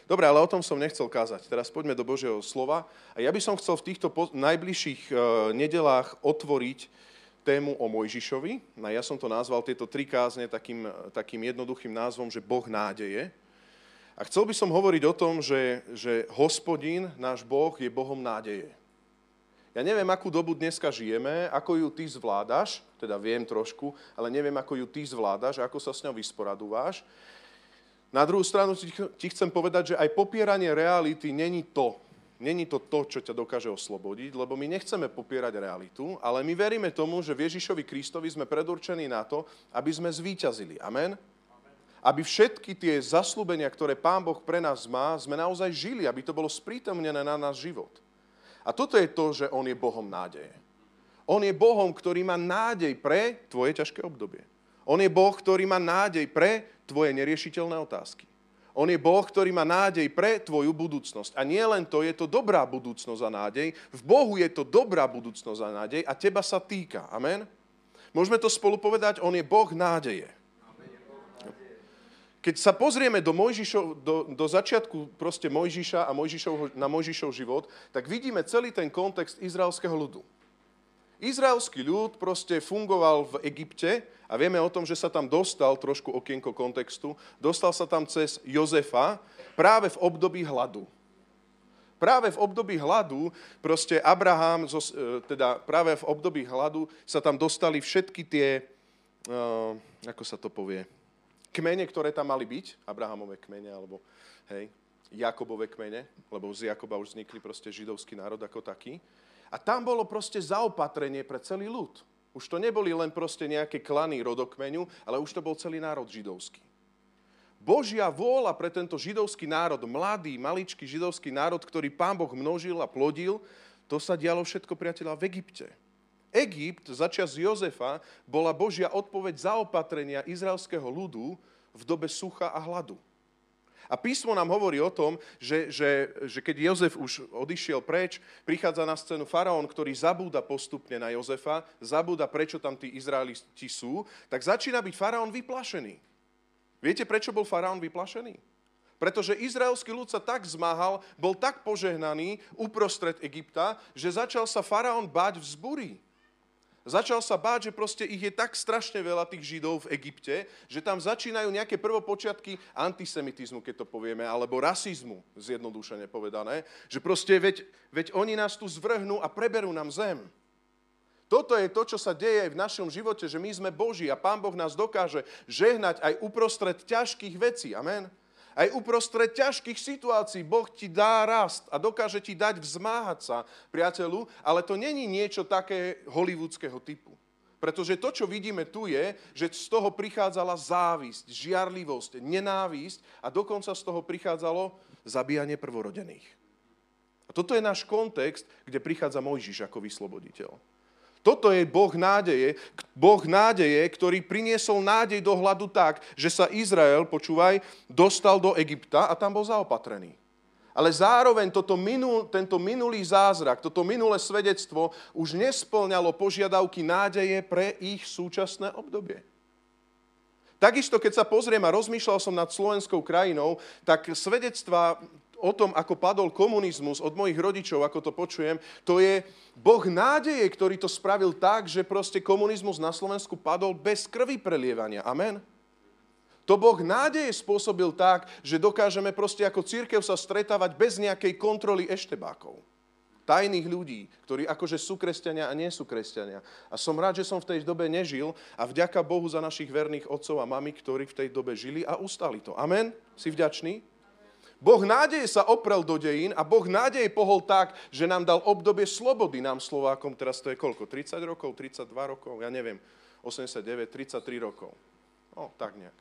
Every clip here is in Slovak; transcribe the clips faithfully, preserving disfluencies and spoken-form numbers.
Dobre, ale o tom som nechcel kázať. Teraz poďme do Božieho slova. A ja by som chcel v týchto po- najbližších uh, nedelách otvoriť tému o Mojžišovi. No, ja som to nazval, tieto tri kázne, takým, takým jednoduchým názvom, že Boh nádeje. A chcel by som hovoriť o tom, že, že Hospodin, náš Boh, je Bohom nádeje. Ja neviem, akú dobu dneska žijeme, ako ju ty zvládaš, teda viem trošku, ale neviem, ako ju ty zvládaš, ako sa s ňou vysporadúváš. Na druhú stranu ti chcem povedať, že aj popieranie reality není to. Není to to, čo ťa dokáže oslobodiť, lebo my nechceme popierať realitu, ale my veríme tomu, že v Ježišovi Kristovi sme predurčení na to, aby sme zvíťazili. Amen? Aby všetky tie zasľúbenia, ktoré Pán Boh pre nás má, sme naozaj žili, aby to bolo sprítomnené na náš život. A toto je to, že on je Bohom nádeje. On je Bohom, ktorý má nádej pre tvoje ťažké obdobie. On je Boh, ktorý má nádej pre tvoje neriešiteľné otázky. On je Boh, ktorý má nádej pre tvoju budúcnosť. A nie len to, je to dobrá budúcnosť a nádej. V Bohu je to dobrá budúcnosť a nádej a teba sa týka. Amen? Môžeme to spolu povedať? On je Boh nádeje. Keď sa pozrieme do, Mojžišov, do, do začiatku proste Mojžiša a Mojžišov, na Mojžišov život, tak vidíme celý ten kontext izraelského ľudu. Izraelský ľud proste fungoval v Egypte a vieme o tom, že sa tam dostal trošku okienko kontextu. Dostal sa tam cez Jozefa práve v období hladu. Práve v období hladu proste Abraham, teda práve v období hladu sa tam dostali všetky tie, uh, ako sa to povie, kmene, ktoré tam mali byť, Abrahamové kmene, alebo hej, Jakobové kmene, lebo z Jakoba už vznikli proste židovský národ ako taký. A tam bolo proste zaopatrenie pre celý ľud. Už to neboli len proste nejaké klany rodokmeňu, ale už to bol celý národ židovský. Božia vôľa pre tento židovský národ, mladý, maličký židovský národ, ktorý Pán Boh množil a plodil, to sa dialo všetko, priateľa, v Egypte. Egypt, začias Jozefa, bola Božia odpoveď zaopatrenia izraelského ľudu v dobe sucha a hladu. A písmo nám hovorí o tom, že, že, že keď Jozef už odišiel preč, prichádza na scénu faraón, ktorý zabúda postupne na Jozefa, zabúda, prečo tam tí Izraeliti sú, tak začína byť faraón vyplašený. Viete, prečo bol faraón vyplašený? Pretože izraelský ľud sa tak zmáhal, bol tak požehnaný uprostred Egypta, že začal sa faraón báť vzbúry. Začal sa báť, že proste ich je tak strašne veľa tých Židov v Egypte, že tam začínajú nejaké prvopočiatky antisemitizmu, keď to povieme, alebo rasizmu, zjednodušene povedané, že proste veď, veď oni nás tu zvrhnú a preberú nám zem. Toto je to, čo sa deje v našom živote, že my sme Boží a Pán Boh nás dokáže žehnať aj uprostred ťažkých vecí. Amen. Aj uprostred ťažkých situácií Boh ti dá rast a dokáže ti dať vzmáhať sa, priateľu, ale to není niečo také hollywoodského typu. Pretože to, čo vidíme tu je, že z toho prichádzala závisť, žiarlivosť, nenávisť a dokonca z toho prichádzalo zabíjanie prvorodených. A toto je náš kontext, kde prichádza Mojžiš ako vysloboditeľ. Toto je Boh nádeje, Boh nádeje, ktorý priniesol nádej do hladu tak, že sa Izrael, počúvaj, dostal do Egypta a tam bol zaopatrený. Ale zároveň toto minul, tento minulý zázrak, toto minulé svedectvo už nespĺňalo požiadavky nádeje pre ich súčasné obdobie. Takisto, keď sa pozriem a rozmýšľal som nad slovenskou krajinou, tak svedectvá o tom, ako padol komunizmus od mojich rodičov, ako to počujem, to je Boh nádeje, ktorý to spravil tak, že proste komunizmus na Slovensku padol bez krvi prelievania. Amen. To Boh nádeje spôsobil tak, že dokážeme proste ako cirkev sa stretávať bez nejakej kontroly eštebákov. Tajných ľudí, ktorí akože sú kresťania a nie sú kresťania. A som rád, že som v tej dobe nežil a vďaka Bohu za našich verných otcov a mami, ktorí v tej dobe žili a ustali to. Amen? Si vďačný? Boh nádeje sa oprel do dejín a Boh nádeje pohol tak, že nám dal obdobie slobody nám Slovákom, teraz to je koľko? tridsať rokov, tridsaťdva rokov, ja neviem, osemdesiatdeväť, tridsaťtri rokov. No, tak nejak.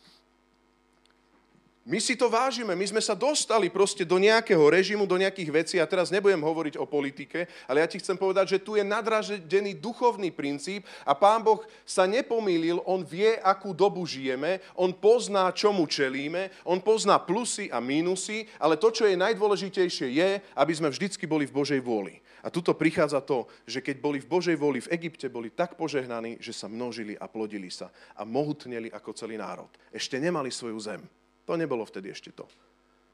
My si to vážime, my sme sa dostali proste do nejakého režimu, do nejakých vecí a teraz nebudem hovoriť o politike, ale ja ti chcem povedať, že tu je nadradený duchovný princíp a Pán Boh sa nepomýlil, on vie, akú dobu žijeme, on pozná, čomu čelíme, on pozná plusy a mínusy, ale to, čo je najdôležitejšie, je, aby sme vždycky boli v Božej vôli. A tuto prichádza to, že keď boli v Božej vôli v Egypte, boli tak požehnaní, že sa množili a plodili sa a mohutneli ako celý národ. Ešte nemali svoju zem. To nebolo vtedy ešte to.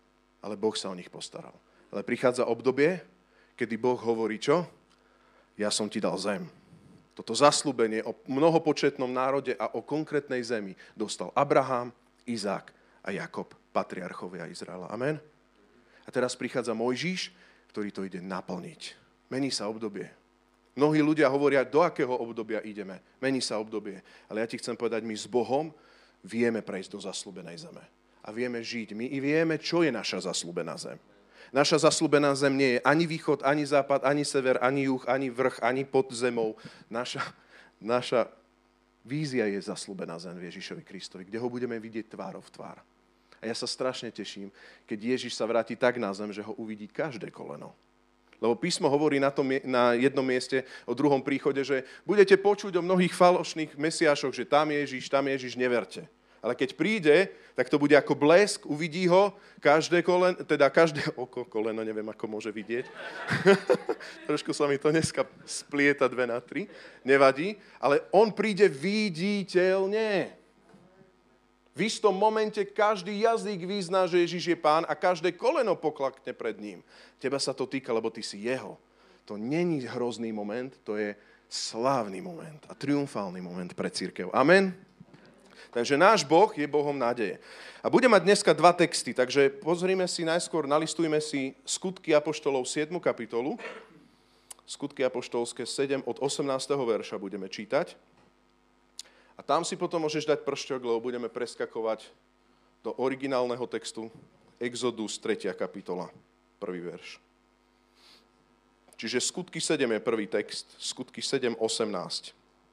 ale Boh sa o nich postaral. Ale prichádza obdobie, kedy Boh hovorí čo? Ja som ti dal zem. Toto zasľúbenie o mnohopočetnom národe a o konkrétnej zemi dostal Abraham, Izák a Jakob, patriarchovia Izraela. Amen? A teraz prichádza Mojžiš, ktorý to ide naplniť. Mení sa obdobie. Mnohí ľudia hovoria, do akého obdobia ideme. Mení sa obdobie. Ale ja ti chcem povedať, my s Bohom vieme prejsť do zasľúbenej zeme. A vieme žiť. My i vieme, čo je naša zasľúbená zem. Naša zasľúbená zem nie je ani východ, ani západ, ani sever, ani juh, ani vrch, ani pod zemou. Naša, naša vízia je zasľúbená zem Ježišovi Kristovi, kde ho budeme vidieť tvárou v tvár. A ja sa strašne teším, keď Ježiš sa vráti tak na zem, že ho uvidí každé koleno. Lebo písmo hovorí na, tom, na jednom mieste o druhom príchode, že budete počuť o mnohých falošných mesiášoch, že tam Ježiš, tam Ježiš, neverte. Ale keď príde, tak to bude ako blesk, uvidí ho, každé koleno, teda každé oko, koleno, neviem, ako môže vidieť. Trošku sa mi to dneska splieta dve na tri, nevadí, ale on príde viditeľne. V istom momente každý jazyk vyzná, že Ježiš je Pán a každé koleno poklakne pred ním. Teba sa to týka, lebo ty si jeho. To není hrozný moment, to je slávny moment a triumfálny moment pre cirkev. Amen? Takže náš Boh je Bohom nádeje. A budeme mať dneska dva texty, takže pozrime si najskôr, nalistujme si Skutky apoštolov siedmu kapitolu. Skutky apoštolské sedem od osemnásteho verša budeme čítať. A tam si potom môžeš dať pršťok, lebo budeme preskakovať do originálneho textu Exodus tretia kapitola, prvý verš. Čiže Skutky sedem je prvý text, Skutky sedem, osemnásť.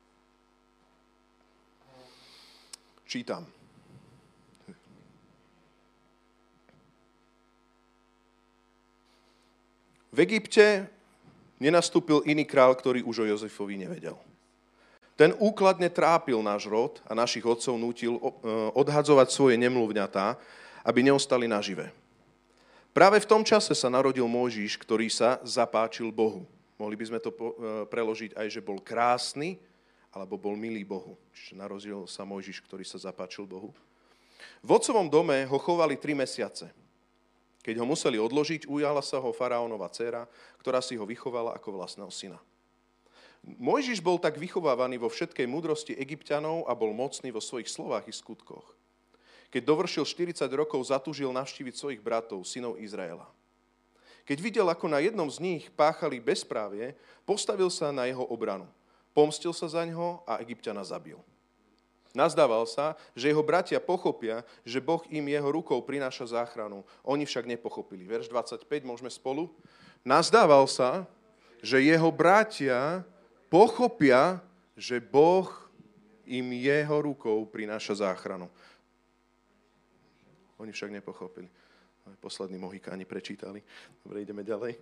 Čítam. V Egypte nenastúpil iný král, ktorý už o Jozefovi nevedel. Ten úkladne trápil náš rod a našich otcov nútil odhadzovať svoje nemluvňatá, aby neostali nažive. Práve v tom čase sa narodil Mojžiš, ktorý sa zapáčil Bohu. Mohli by sme to preložiť aj, že bol krásny, alebo bol milý Bohu. Čiže narodil sa Mojžiš, ktorý sa zapáčil Bohu. V otcovom dome ho chovali tri mesiace. Keď ho museli odložiť, ujala sa ho faraónova dcéra, ktorá si ho vychovala ako vlastného syna. Mojžiš bol tak vychovávaný vo všetkej múdrosti Egypťanov a bol mocný vo svojich slovách i skutkoch. Keď dovršil štyridsať rokov, zatúžil navštíviť svojich bratov, synov Izraela. Keď videl, ako na jednom z nich páchali bezprávie, postavil sa na jeho obranu. Pomstil sa za ňoho a Egypťana zabil. Nazdával sa, že jeho bratia pochopia, že Boh im jeho rukou prináša záchranu. Oni však nepochopili. Verš dvadsaťpäť, môžeme spolu? Nazdával sa, že jeho bratia pochopia, že Boh im jeho rukou prináša záchranu. Oni však nepochopili. Poslední Mohikáni prečítali. Dobre, ideme ďalej.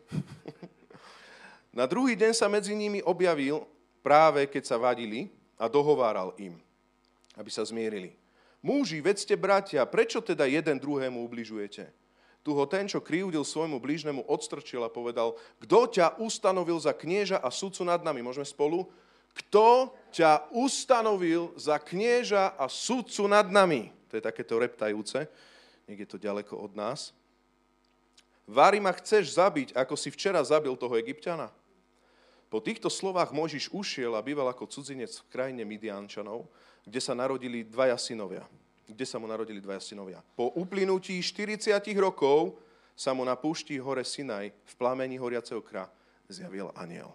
Na druhý deň sa medzi nimi objavil práve keď sa vadili a dohováral im, aby sa zmierili. Múži, vedzte bratia, prečo teda jeden druhému ubližujete? Tu ho ten, čo krivdil svojmu blížnemu, odstrčil a povedal, kto ťa ustanovil za knieža a sudcu nad nami? Môžeme spolu? Kto ťa ustanovil za knieža a sudcu nad nami? To je takéto reptajúce, niekde to ďaleko od nás. Vári ma chceš zabiť, ako si včera zabil toho Egypťana? Po týchto slovách Mojžiš ušiel a býval ako cudzinec v krajine Midiančanov, kde sa narodili dvaja synovia. Kde sa mu narodili dvaja synovia. Po uplynutí štyridsať rokov sa mu na púšti hore Sinaj v plamení horiaceho kra zjavil anjel.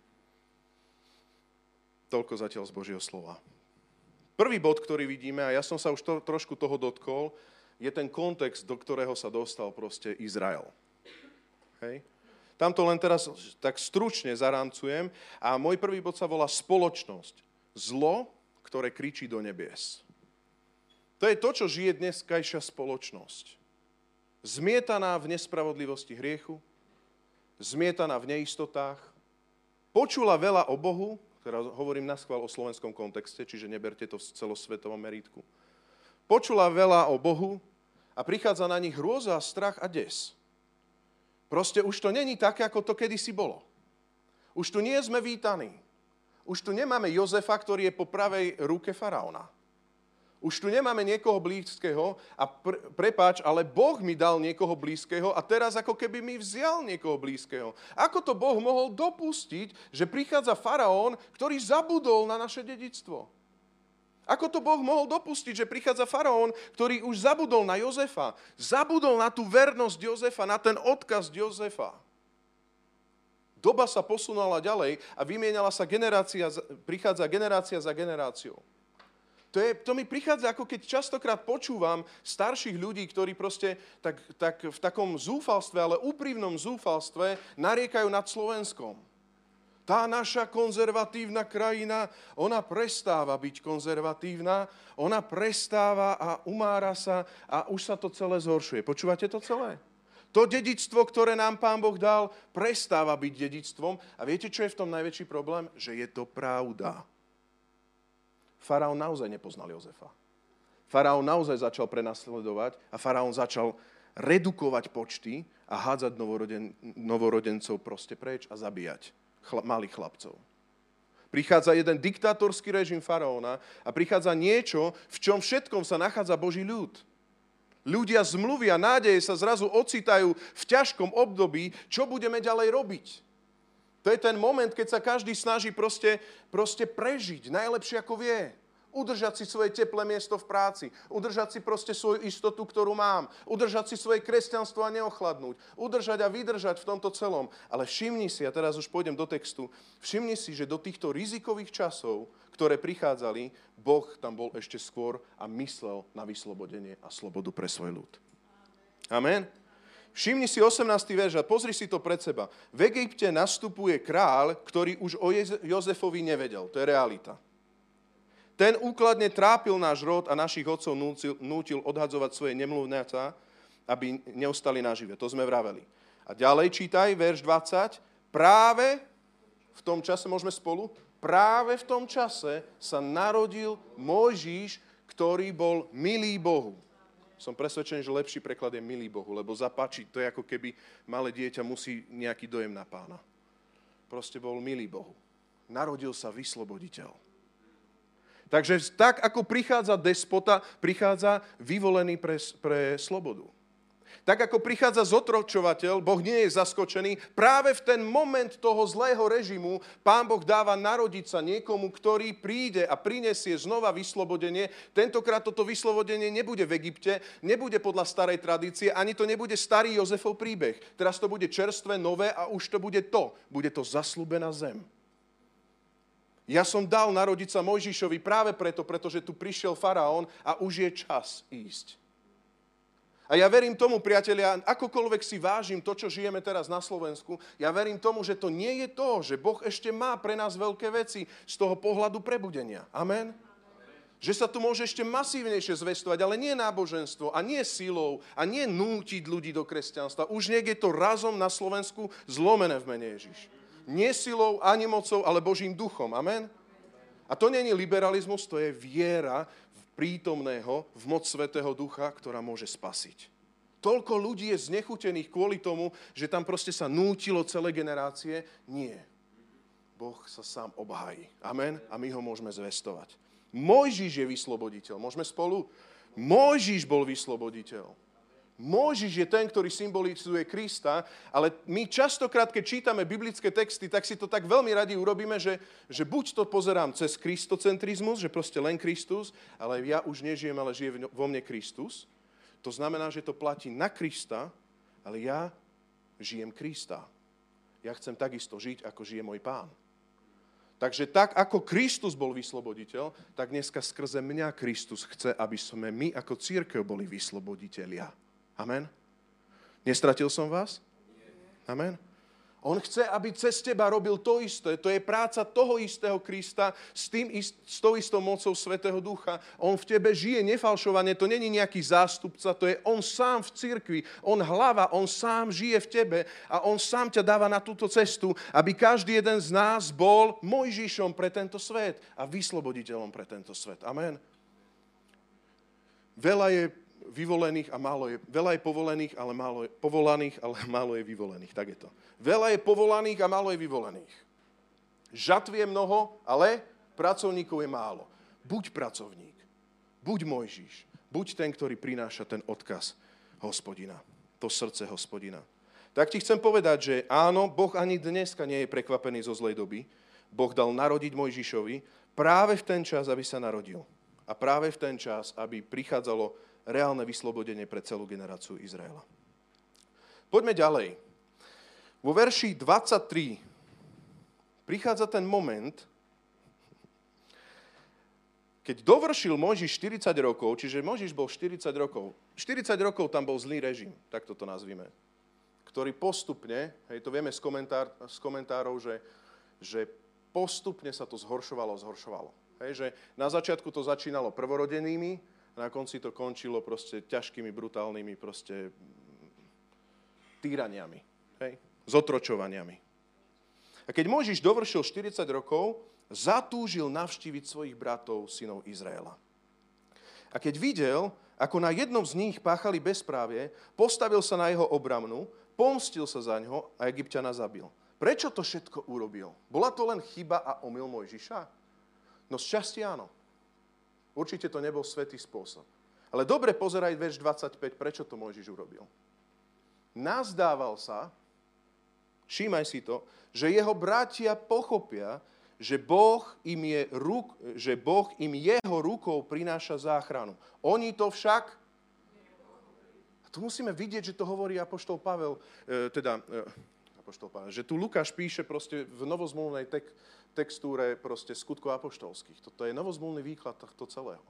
Toľko zatiaľ z Božieho slova. Prvý bod, ktorý vidíme, a ja som sa už to, trošku toho dotkol, je ten kontext, do ktorého sa dostal proste Izrael. Hej? Tamto len teraz tak stručne zaramcujem a môj prvý bod sa volá spoločnosť. Zlo, ktoré kričí do nebies. To je to, čo žije dneskajšia spoločnosť. Zmietaná v nespravodlivosti hriechu, zmietaná v neistotách, počula veľa o Bohu, teraz hovorím naschvál o slovenskom kontexte, čiže neberte to v celosvetovom merítku. Počula veľa o Bohu a prichádza na nich hrôza, strach a des. Proste už to není také, ako to kedysi bolo. Už tu nie sme vítaní. Už tu nemáme Jozefa, ktorý je po pravej ruke faraóna. Už tu nemáme niekoho blízkeho a pr- prepáč, ale Boh mi dal niekoho blízkeho a teraz ako keby mi vzial niekoho blízkeho. Ako to Boh mohol dopustiť, že prichádza faraón, ktorý zabudol na naše dedičstvo? Ako to Boh mohol dopustiť, že prichádza faraón, ktorý už zabudol na Jozefa, zabudol na tú vernosť Jozefa, na ten odkaz Jozefa? Doba sa posunula ďalej a vymienala sa generácia, prichádza generácia za generáciou. To, je, to mi prichádza, ako keď častokrát počúvam starších ľudí, ktorí proste tak, tak v takom zúfalstve, ale úprimnom zúfalstve nariekajú nad Slovenskom. Tá naša konzervatívna krajina, ona prestáva byť konzervatívna, ona prestáva a umára sa a už sa to celé zhoršuje. Počúvate to celé? To dedičstvo, ktoré nám Pán Boh dal, prestáva byť dedičstvom. A viete, čo je v tom najväčší problém? Že je to pravda. Faraón naozaj nepoznal Jozefa. Faraón naozaj začal prenasledovať a faraón začal redukovať počty a hádzať novoroden, novorodencov proste preč a zabíjať chla, malých chlapcov. Prichádza jeden diktátorský režim faraóna a prichádza niečo, v čom všetkom sa nachádza Boží ľud. Ľudia zmluvy a nádeje sa zrazu ocitajú v ťažkom období, čo budeme ďalej robiť. To je ten moment, keď sa každý snaží proste, proste prežiť najlepšie, ako vie. Udržať si svoje teplé miesto v práci. Udržať si proste svoju istotu, ktorú mám. Udržať si svoje kresťanstvo a neochladnúť. Udržať a vydržať v tomto celom. Ale všimni si, a teraz už pôjdem do textu, všimni si, že do týchto rizikových časov, ktoré prichádzali, Boh tam bol ešte skôr a myslel na vyslobodenie a slobodu pre svoj ľud. Amen. Všimni si osemnásty verš a pozri si to pred seba. V Egypte nastupuje kráľ, ktorý už o Jozefovi nevedel. To je realita. Ten úkladne trápil náš rod a našich otcov nútil, nútil odhadzovať svoje nemluvňatá, aby neostali nažive. To sme vraveli. A ďalej čítaj, verš dvadsať. Práve v tom čase, môžeme spolu, práve v tom čase sa narodil Mojžiš, ktorý bol milý Bohu. Som presvedčený, že lepší preklad je milý Bohu, lebo zapáčiť, to je ako keby malé dieťa musí nejaký dojem na Pána. Proste bol milý Bohu. Narodil sa vysloboditeľ. Takže tak, ako prichádza despota, prichádza vyvolený pre, pre slobodu. Tak, ako prichádza zotročovateľ, Boh nie je zaskočený. Práve v ten moment toho zlého režimu Pán Boh dáva narodiť sa niekomu, ktorý príde a prinesie znova vyslobodenie. Tentokrát toto vyslobodenie nebude v Egypte, nebude podľa starej tradície, ani to nebude starý Jozefov príbeh. Teraz to bude čerstvé, nové a už to bude to. Bude to zasľúbená zem. Ja som dal narodiť sa Mojžišovi práve preto, pretože tu prišiel faraón a už je čas ísť. A ja verím tomu, priatelia, akokoľvek si vážim to, čo žijeme teraz na Slovensku, ja verím tomu, že to nie je to, že Boh ešte má pre nás veľké veci z toho pohľadu prebudenia. Amen? Že sa tu môže ešte masívnejšie zvestovať, ale nie náboženstvo a nie silou a nie nútiť ľudí do kresťanstva. Už nech je to razom na Slovensku zlomené v mene Ježiš. Nie silou ani mocou, ale Božím duchom. Amen? A to nie je liberalizmus, to je viera prítomného v moc Svätého Ducha, ktorá môže spasiť. Toľko ľudí je znechutených kvôli tomu, že tam proste sa nútilo celé generácie. Nie. Boh sa sám obhájí. Amen? A my ho môžeme zvestovať. Mojžiš je vysloboditeľ. Môžeme spolu? Mojžiš bol vysloboditeľ. Mojžiš je ten, ktorý symbolizuje Krista, ale my častokrát, keď čítame biblické texty, tak si to tak veľmi radi urobíme, že, že buď to pozerám cez kristocentrizmus, že proste len Kristus, ale ja už nežijem, ale žije vo mne Kristus. To znamená, že to platí na Krista, ale ja žijem Krista. Ja chcem takisto žiť, ako žije môj Pán. Takže tak, ako Kristus bol vysloboditeľ, tak dneska skrze mňa Kristus chce, aby sme my ako cirkev boli vysloboditelia. Amen. Nestratil som vás? Amen. On chce, aby cez teba robil to isté. To je práca toho istého Krista s, tým, s tou istou mocou Svätého Ducha. On v tebe žije nefalšovane. To není nejaký zástupca, to je on sám v cirkvi. On hlava, on sám žije v tebe a on sám ťa dáva na túto cestu, aby každý jeden z nás bol Mojžišom pre tento svet a vysloboditeľom pre tento svet. Amen. Veľa je vyvolených a málo je, veľa je povolených, ale málo je, povolaných, ale málo je vyvolených. Tak je to. Veľa je povolaných a málo je vyvolených. Žatvy je mnoho, ale pracovníkov je málo. Buď pracovník. Buď Mojžiš. Buď ten, ktorý prináša ten odkaz Hospodina. To srdce Hospodina. Tak ti chcem povedať, že áno, Boh ani dneska nie je prekvapený zo zlej doby. Boh dal narodiť Mojžišovi práve v ten čas, aby sa narodil. A práve v ten čas, aby prichádzalo reálne vyslobodenie pre celú generáciu Izraela. Poďme ďalej. Vo verši dvadsaťtri prichádza ten moment, keď dovršil Mojžiš štyridsať rokov, čiže Mojžiš bol štyridsať rokov. štyridsať rokov tam bol zlý režim, tak toto nazvime, ktorý postupne, hej, to vieme z, komentár, z komentárov, že, že postupne sa to zhoršovalo, zhoršovalo. Hej, že na začiatku to začínalo prvorodenými, na konci to končilo proste ťažkými, brutálnymi proste týraniami, hej, zotročovaniami. A keď Mojžiš dovršil štyridsať rokov, zatúžil navštíviť svojich bratov, synov Izraela. A keď videl, ako na jednom z nich páchali bezprávie, postavil sa na jeho obramnu, pomstil sa za ňo a Egypťana zabil. Prečo to všetko urobil? Bola to len chyba a omyl Mojžiša? No šťastie áno. Určite to nebol svätý spôsob. Ale dobre pozeraj verš dvadsaťpäť, prečo to Mojžiš urobil. Nazdával sa, všímaj si to, že jeho bratia pochopia, že Boh im, je ruk, že Boh im jeho rukou prináša záchranu. Oni to však... A tu musíme vidieť, že to hovorí apoštol Pavel, e, teda... E, apoštol Pavel, že tu Lukáš píše proste v novozmluvnej tek, textúre proste skutkov apoštolských. Toto je novozmluvný výklad tohto celého.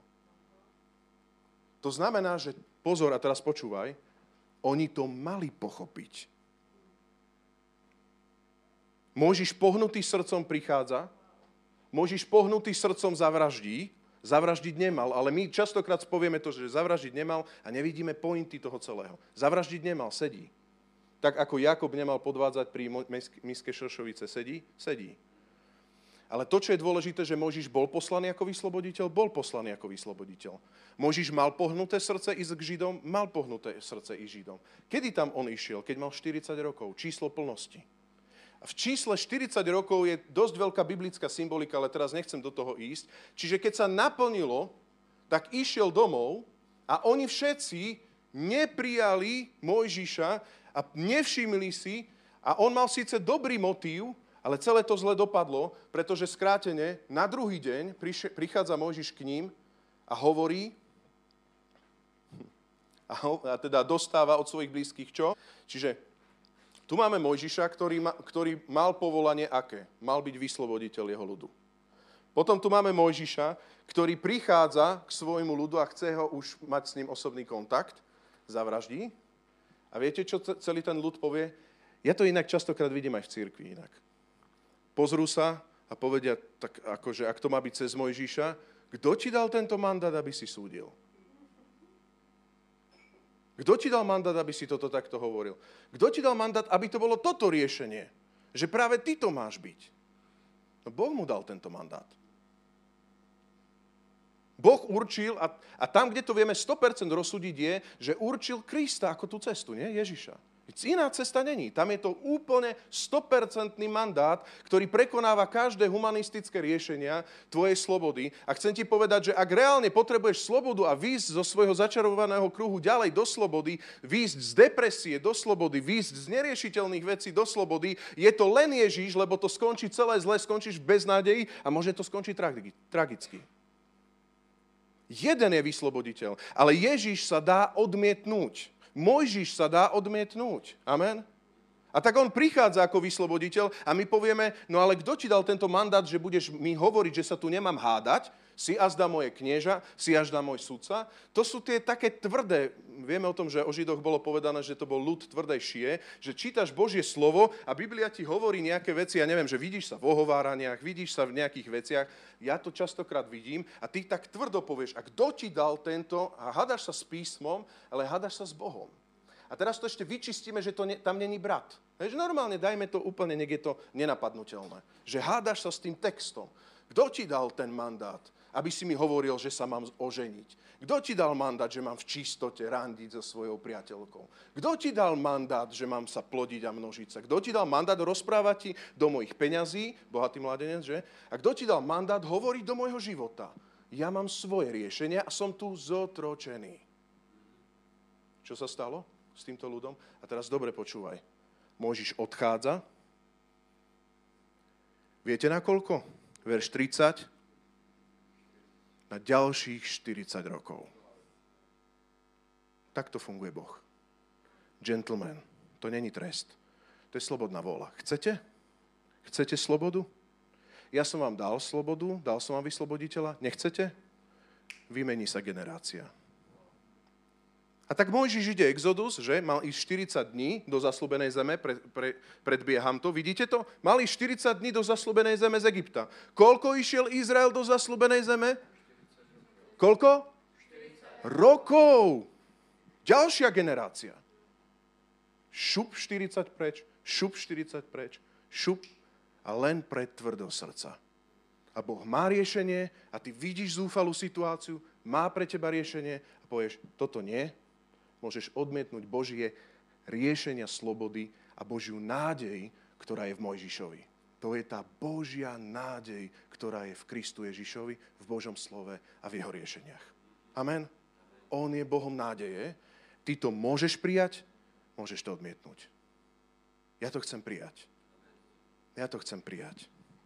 To znamená, že pozor, a teraz počúvaj, oni to mali pochopiť. Mojžiš pohnutý srdcom prichádza, Mojžiš pohnutý srdcom zavraždí, zavraždiť nemal, ale my častokrát povieme to, že zavraždiť nemal a nevidíme pointy toho celého. Zavraždiť nemal, sedí. Tak ako Jakob nemal podvádzať pri miske šošovice, sedí? Sedí. Ale to, čo je dôležité, že Mojžiš bol poslaný ako vysloboditeľ, bol poslaný ako vysloboditeľ. Mojžiš mal pohnuté srdce ísť k Židom, mal pohnuté srdce ísť Židom. Kedy tam on išiel? Keď mal štyridsať rokov, číslo plnosti. A v čísle štyridsať rokov je dosť veľká biblická symbolika, ale teraz nechcem do toho ísť. Čiže keď sa naplnilo, tak išiel domov a oni všetci neprijali Mojžiša a nevšimli si, a on mal síce dobrý motív, ale celé to zle dopadlo, pretože skrátene na druhý deň prichádza Mojžiš k ním a hovorí, a, ho, a teda dostáva od svojich blízkych čo? Čiže tu máme Mojžiša, ktorý, ma, ktorý mal povolanie aké? Mal byť vysloboditeľ jeho ľudu. Potom tu máme Mojžiša, ktorý prichádza k svojmu ľudu a chce ho už mať s ním osobný kontakt, zavraždí. A viete, čo celý ten ľud povie? Ja to inak častokrát vidím aj v cirkvi inak. Pozrú sa a povedia, tak akože, ak to má byť cez Mojžiša, kto ti dal tento mandát, aby si súdil? Kto ti dal mandát, aby si toto takto hovoril? Kto ti dal mandát, aby to bolo toto riešenie? Že práve ty to máš byť. No Boh mu dal tento mandát. Boh určil, a, a tam, kde to vieme sto percent rozsúdiť, je, že určil Krista ako tú cestu, nie Ježiša. Iná cesta není. Tam je to úplne sto percent mandát, ktorý prekonáva každé humanistické riešenia tvojej slobody. A chcem ti povedať, že ak reálne potrebuješ slobodu a výjsť zo svojho začarovaného kruhu ďalej do slobody, výjsť z depresie do slobody, výjsť z neriešiteľných vecí do slobody, je to len Ježiš, lebo to skončí celé zle, skončíš v beznádeji a môže to skončiť tragicky. Jeden je vysloboditeľ, ale Ježiš sa dá odmietnúť. Mojžiš sa dá odmietnúť. Amen? A tak on prichádza ako vysloboditeľ a my povieme, no ale kto ti dal tento mandát, že budeš mi hovoriť, že sa tu nemám hádať? Si azda moje knieža, si azda môj sudca. To sú tie také tvrdé, vieme o tom, že o Židoch bolo povedané, že to bol ľud tvrdej šie, že čítaš Božie slovo a Biblia ti hovorí nejaké veci, ja neviem, že vidíš sa v ohováraniach, vidíš sa v nejakých veciach, ja to častokrát vidím a ty tak tvrdo povieš, a kto ti dal tento, a hádaš sa s písmom, ale hádaš sa s Bohom. A teraz to ešte vyčistíme, že to ne, tam není brat. Hež normálne dajme to úplne, nech je to nenapadnutelné. Že hádaš sa s tým textom. Kto ti dal ten mandát, aby si mi hovoril, že sa mám oženiť? Kto ti dal mandát, že mám v čistote randiť so svojou priateľkou? Kto ti dal mandát, že mám sa plodiť a množiť sa? Kto ti dal mandát rozprávať ti do mojich peňazí, bohatý mladenec, že? A kto ti dal mandát hovoriť do môjho života? Ja mám svoje riešenia a som tu zotročený. Čo sa stalo s týmto ľudom? A teraz dobre počúvaj. Mojžiš odchádza. Viete na koľko? Verš tridsať. Na ďalších štyridsať rokov. Takto funguje Boh. Gentleman. To není trest. To je slobodná vôľa. Chcete? Chcete slobodu? Ja som vám dal slobodu, dal som vám vysloboditeľa. Nechcete? Vymení sa generácia. A tak Mojžiš ide Exodus, že? Mal ísť štyridsať dní do zasľúbenej zeme, pre, pre, predbieham to. Vidíte to? Mal ísť štyridsať dní do zasľúbenej zeme z Egypta. Koľko išiel Izrael do zasľúbenej zeme? Koľko? štyridsať rokov. Ďalšia generácia. Šup štyridsať preč, šup štyridsať preč, šup a len pre tvrdosť srdca. A Boh má riešenie a ty vidíš zúfalú situáciu, má pre teba riešenie a povieš, toto nie. Môžeš odmietnúť Božie riešenia slobody a Božiu nádej, ktorá je v Mojžišovi. To je tá Božia nádej, ktorá je v Kristu Ježišovi, v Božom slove a v jeho riešeniach. Amen. On je Bohom nádeje. Ty to môžeš prijať, môžeš to odmietnúť. Ja to chcem prijať. Ja to chcem prijať.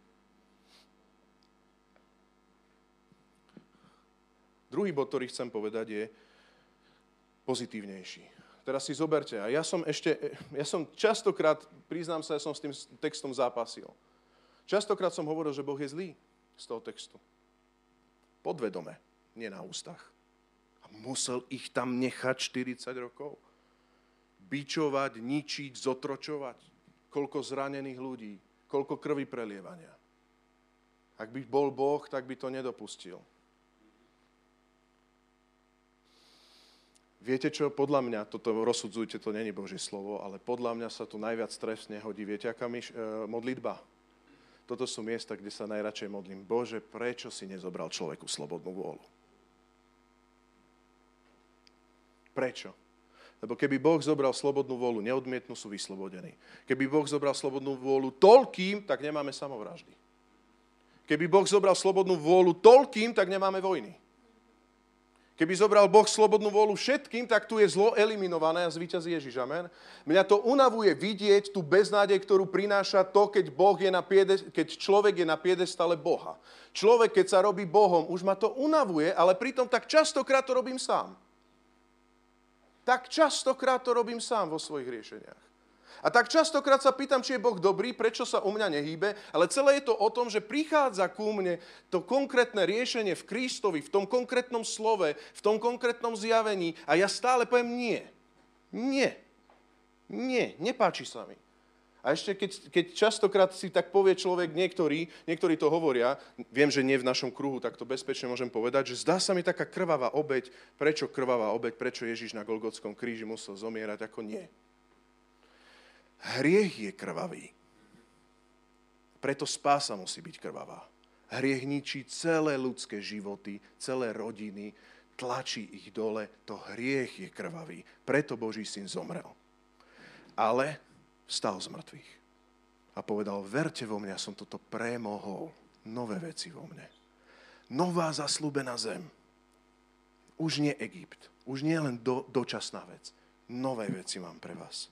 Druhý bod, ktorý chcem povedať, je pozitívnejší. Teraz si zoberte, a ja som ešte, ja som častokrát, priznám sa, ja som s tým textom zápasil. Častokrát som hovoril, že Boh je zlý z toho textu. Podvedome, nie na ústach. A musel ich tam nechať štyridsať rokov. Bičovať, ničiť, zotročovať. Koľko zranených ľudí, koľko krvi prelievania. Ak by bol Boh, tak by to nedopustil. Viete čo, podľa mňa, toto rozsudzujte, to není Božie slovo, ale podľa mňa sa tu najviac trestne hodí, viete, aká myš, e, modlitba? Toto sú miesta, kde sa najradšej modlím. Bože, prečo si nezobral človeku slobodnú vôľu? Prečo? Lebo keby Boh zobral slobodnú vôľu, neodmietnú, sú vyslobodení. Keby Boh zobral slobodnú vôľu toľkým, tak nemáme samovraždy. Keby Boh zobral slobodnú vôľu toľkým, tak nemáme vojny. Keby zobral Boh slobodnú vôľu všetkým, tak tu je zlo eliminované a zvíťazí Ježiš. Amen. Mňa to unavuje vidieť tú beznádej, ktorú prináša to, keď, boh je na piede, keď človek je na piedestale Boha. Človek, keď sa robí Bohom, už ma to unavuje, ale pritom tak častokrát to robím sám. Tak častokrát to robím sám vo svojich riešeniach. A tak častokrát sa pýtam, či je Boh dobrý, prečo sa u mňa nehýbe, ale celé je to o tom, že prichádza ku mne to konkrétne riešenie v Kristovi, v tom konkrétnom slove, v tom konkrétnom zjavení a ja stále poviem nie. Nie. Nie. Nepáči sa mi. A ešte keď, keď častokrát si tak povie človek, niektorí, niektorí to hovoria, viem, že nie v našom kruhu, tak to bezpečne môžem povedať, že zdá sa mi taká krvavá obeť, prečo krvavá obeť, prečo Ježiš na Golgotskom kríži musel zomierať, ako nie. Hriech je krvavý. Preto spása musí byť krvavá. Hriech ničí celé ľudské životy, celé rodiny, tlačí ich dole, to hriech je krvavý. Preto Boží syn zomrel. Ale vstal z mŕtvych a povedal, verte vo mňa, som toto premohol. Nové veci vo mne. Nová zasľúbená zem. Už nie Egypt. Už nie len do, dočasná vec. Nové veci mám pre vás.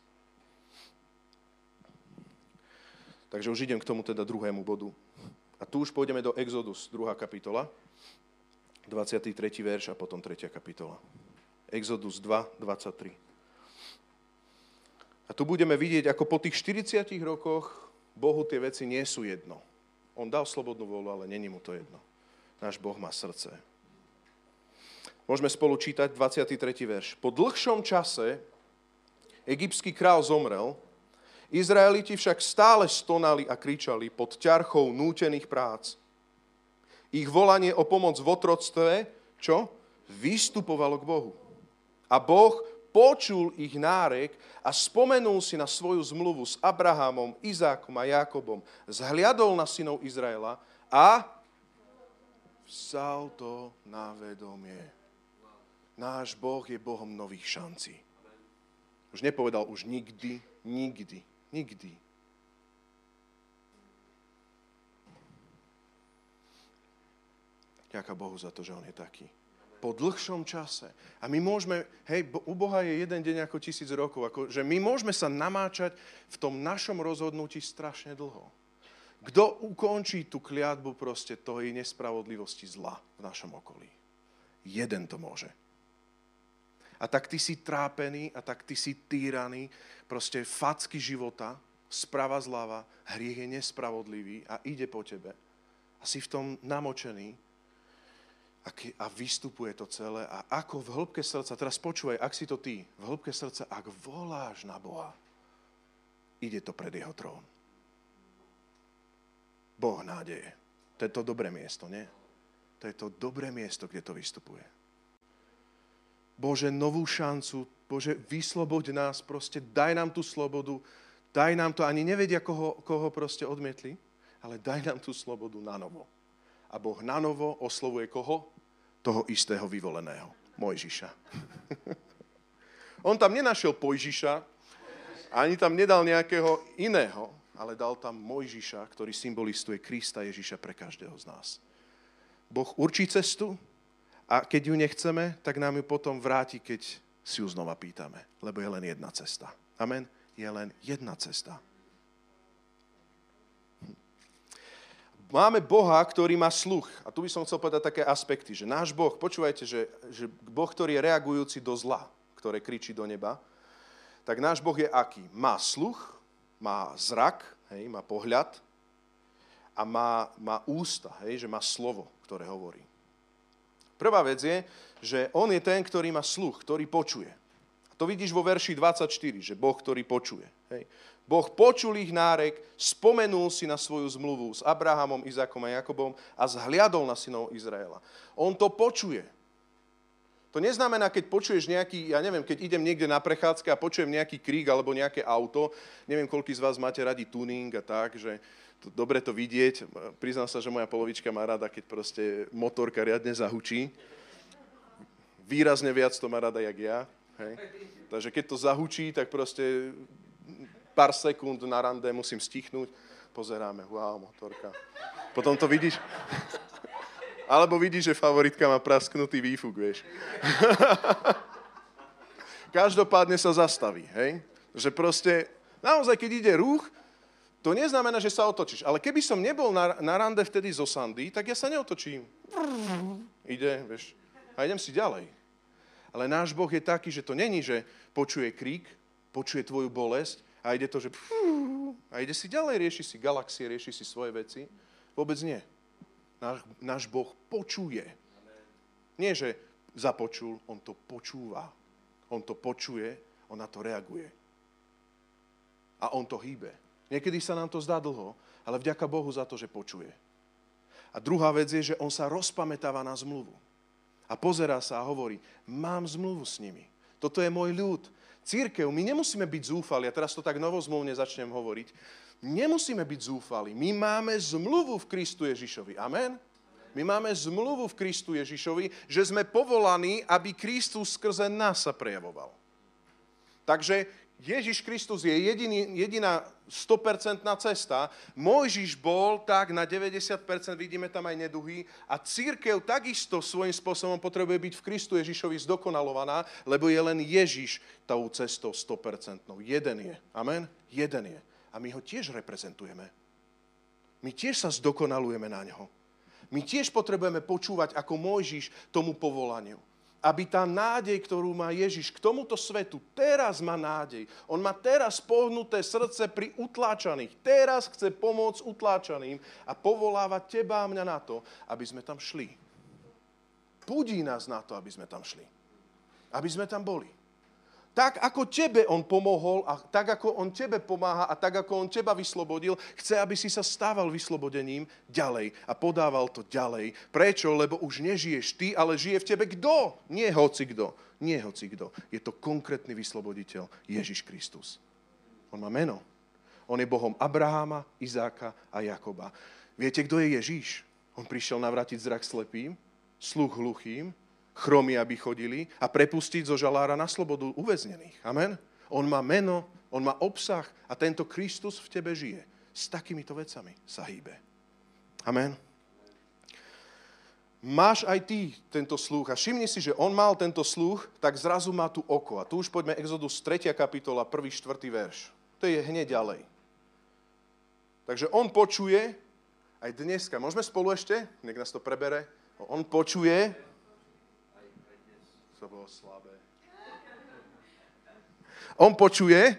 Takže už idem k tomu teda druhému bodu. A tu už pôjdeme do Exodus, druhá kapitola, dvadsiaty tretí verš a potom tretia kapitola. Exodus dva, dvadsaťtri. A tu budeme vidieť, ako po tých štyridsiatich rokoch Bohu tie veci nie sú jedno. On dal slobodnú vôľu, ale není mu to jedno. Náš Boh má srdce. Môžeme spolu čítať dvadsiaty tretí verš. Po dlhšom čase egyptský král zomrel, Izraeliti však stále stonali a kričali pod ťarchou nútených prác. Ich volanie o pomoc v otroctve, čo? Vystupovalo k Bohu. A Boh počul ich nárek a spomenul si na svoju zmluvu s Abrahamom, Izákom a Jákobom. Zhliadol na synov Izraela a vzal to na vedomie. Náš Boh je Bohom nových šancí. Už nepovedal už nikdy, nikdy, nikdy. Ďaká Bohu za to, že on je taký. Po dlhšom čase. A my môžeme, hej, u Boha je jeden deň ako tisíc rokov, ako, že my môžeme sa namáčať v tom našom rozhodnutí strašne dlho. Kto ukončí tú kliatbu proste tej nespravodlivosti zla v našom okolí? Jeden to môže. A tak ty si trápený, a tak ty si týraný, proste facky života, sprava zľava, hriech je nespravodlivý a ide po tebe. A si v tom namočený a vystupuje to celé. A ako v hĺbke srdca, teraz počúvaj, ak si to ty, v hĺbke srdca, ak voláš na Boha, ide to pred jeho trón. Boh nádeje. To je to dobré miesto, nie? To je to dobré miesto, kde to vystupuje. Bože, novú šancu, Bože, vysloboď nás, proste daj nám tú slobodu, daj nám to, ani nevedia, koho, koho proste odmietli, ale daj nám tú slobodu na novo. A Boh na novo oslovuje koho? Toho istého vyvoleného, Mojžiša. On tam nenašiel Pojžiša, ani tam nedal nejakého iného, ale dal tam Mojžiša, ktorý symbolistuje Krista Ježiša pre každého z nás. Boh určí cestu, a keď ju nechceme, tak nám ju potom vráti, keď si ju znova pýtame. Lebo je len jedna cesta. Amen? Je len jedna cesta. Máme Boha, ktorý má sluch. A tu by som chcel povedať také aspekty, že náš Boh, počúvajte, že, že Boh, ktorý je reagujúci do zla, ktoré kričí do neba, tak náš Boh je aký? Má sluch, má zrak, hej, má pohľad a má, má ústa, hej, že má slovo, ktoré hovorí. Prvá vec je, že on je ten, ktorý má sluch, ktorý počuje. A to vidíš vo verši dvadsaťštyri, že Boh, ktorý počuje. Hej. Boh počul ich nárek, spomenul si na svoju zmluvu s Abrahamom, Izákom a Jakobom a zhliadol na synov Izraela. On to počuje. To neznamená, keď počuješ nejaký, ja neviem, keď idem niekde na prechádzke a počujem nejaký krík alebo nejaké auto, neviem, koľký z vás máte radi tuning a tak, že to, dobre to vidieť. Priznám sa, že moja polovička má rada, keď proste motorka riadne zahučí. Výrazne viac to má rada, jak ja. Hej. Takže keď to zahučí, tak proste pár sekúnd na rande musím stichnúť. Pozeráme, wow, motorka. Potom to vidíš. Alebo vidíš, že favoritka má prasknutý výfuk, vieš. Každopádne sa zastaví, hej. Že proste, naozaj, keď ide ruch, to neznamená, že sa otočíš. Ale keby som nebol na, na rande vtedy zo Sandy, tak ja sa neotočím. Ide, vieš. A idem si ďalej. Ale náš Boh je taký, že to není, že počuje krík, počuje tvoju bolesť a ide to, že a ide si ďalej, rieši si galaxie, rieši si svoje veci. Vôbec nie. Náš, náš Boh počuje. Nie, že započul, on to počúva. On to počuje, on na to reaguje. A on to hýbe. Niekedy sa nám to zdá dlho, ale vďaka Bohu za to, že počuje. A druhá vec je, že on sa rozpamätáva na zmluvu. A pozerá sa a hovorí, mám zmluvu s nimi. Toto je môj ľud. Cirkev, my nemusíme byť zúfali, a teraz to tak novozmluvne začnem hovoriť, nemusíme byť zúfali. My máme zmluvu v Kristu Ježišovi. Amen? My máme zmluvu v Kristu Ježišovi, že sme povolaní, aby Kristus skrze nás sa prejavoval. Takže Ježiš Kristus je jediný, jediná sto percent cesta. Mojžiš bol tak na deväťdesiat percent, vidíme tam aj neduhy. A cirkev takisto svojím spôsobom potrebuje byť v Kristu Ježišovi zdokonalovaná, lebo je len Ježiš tou cestou sto percent. Jeden je. Amen? Jeden je. A my ho tiež reprezentujeme. My tiež sa zdokonalujeme na ňo. My tiež potrebujeme počúvať ako Mojžiš tomu povolaniu. Aby tá nádej, ktorú má Ježiš k tomuto svetu, teraz má nádej. On má teraz pohnuté srdce pri utláčaných. Teraz chce pomôcť utláčaným a povolávať teba a mňa na to, aby sme tam šli. Budí nás na to, aby sme tam šli. Aby sme tam boli. Tak, ako tebe on pomohol a tak, ako on tebe pomáha a tak, ako on teba vyslobodil, chce, aby si sa stával vyslobodením ďalej a podával to ďalej. Prečo? Lebo už nežiješ ty, ale žije v tebe kto? Nie hoci kto. Nie hoci kto. Je to konkrétny vysloboditeľ Ježiš Kristus. On má meno. On je Bohom Abraháma, Izáka a Jakoba. Viete, kto je Ježiš? On prišiel navrátiť zrak slepým, sluch hluchým, chromy, aby chodili a prepustiť zo žalára na slobodu uväznených. Amen? On má meno, on má obsah a tento Kristus v tebe žije. S takýmito vecami sa hýbe. Amen? máš aj ty tento sluch. A všimni si, že on mal tento sluch, tak zrazu má tu oko. A tu už poďme Exodus tretia kapitola, prvý, štvrtý verš. To je hneď ďalej. Takže on počuje, aj dneska, môžeme spolu ešte? Nech nás to prebere. On počuje. To bolo slabé. On počuje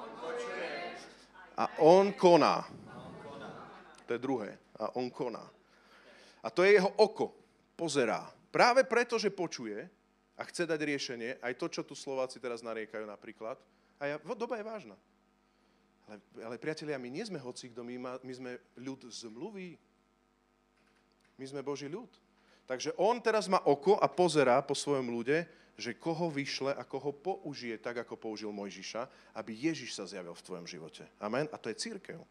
a on koná. To je druhé. A on koná. A to je jeho oko. Pozerá. Práve preto, že počuje a chce dať riešenie, aj to, čo tu Slováci teraz nariekajú napríklad, a ja, doba je vážna. Ale, ale priatelia, my nie sme hocikdo, my, ma, my sme ľud zmluvy. My sme Boží ľud. Takže on teraz má oko a pozerá po svojom ľude, že koho vyšle a koho použije tak, ako použil Mojžiša, aby Ježiš sa zjavil v tvojom živote. Amen? A to je cirkev.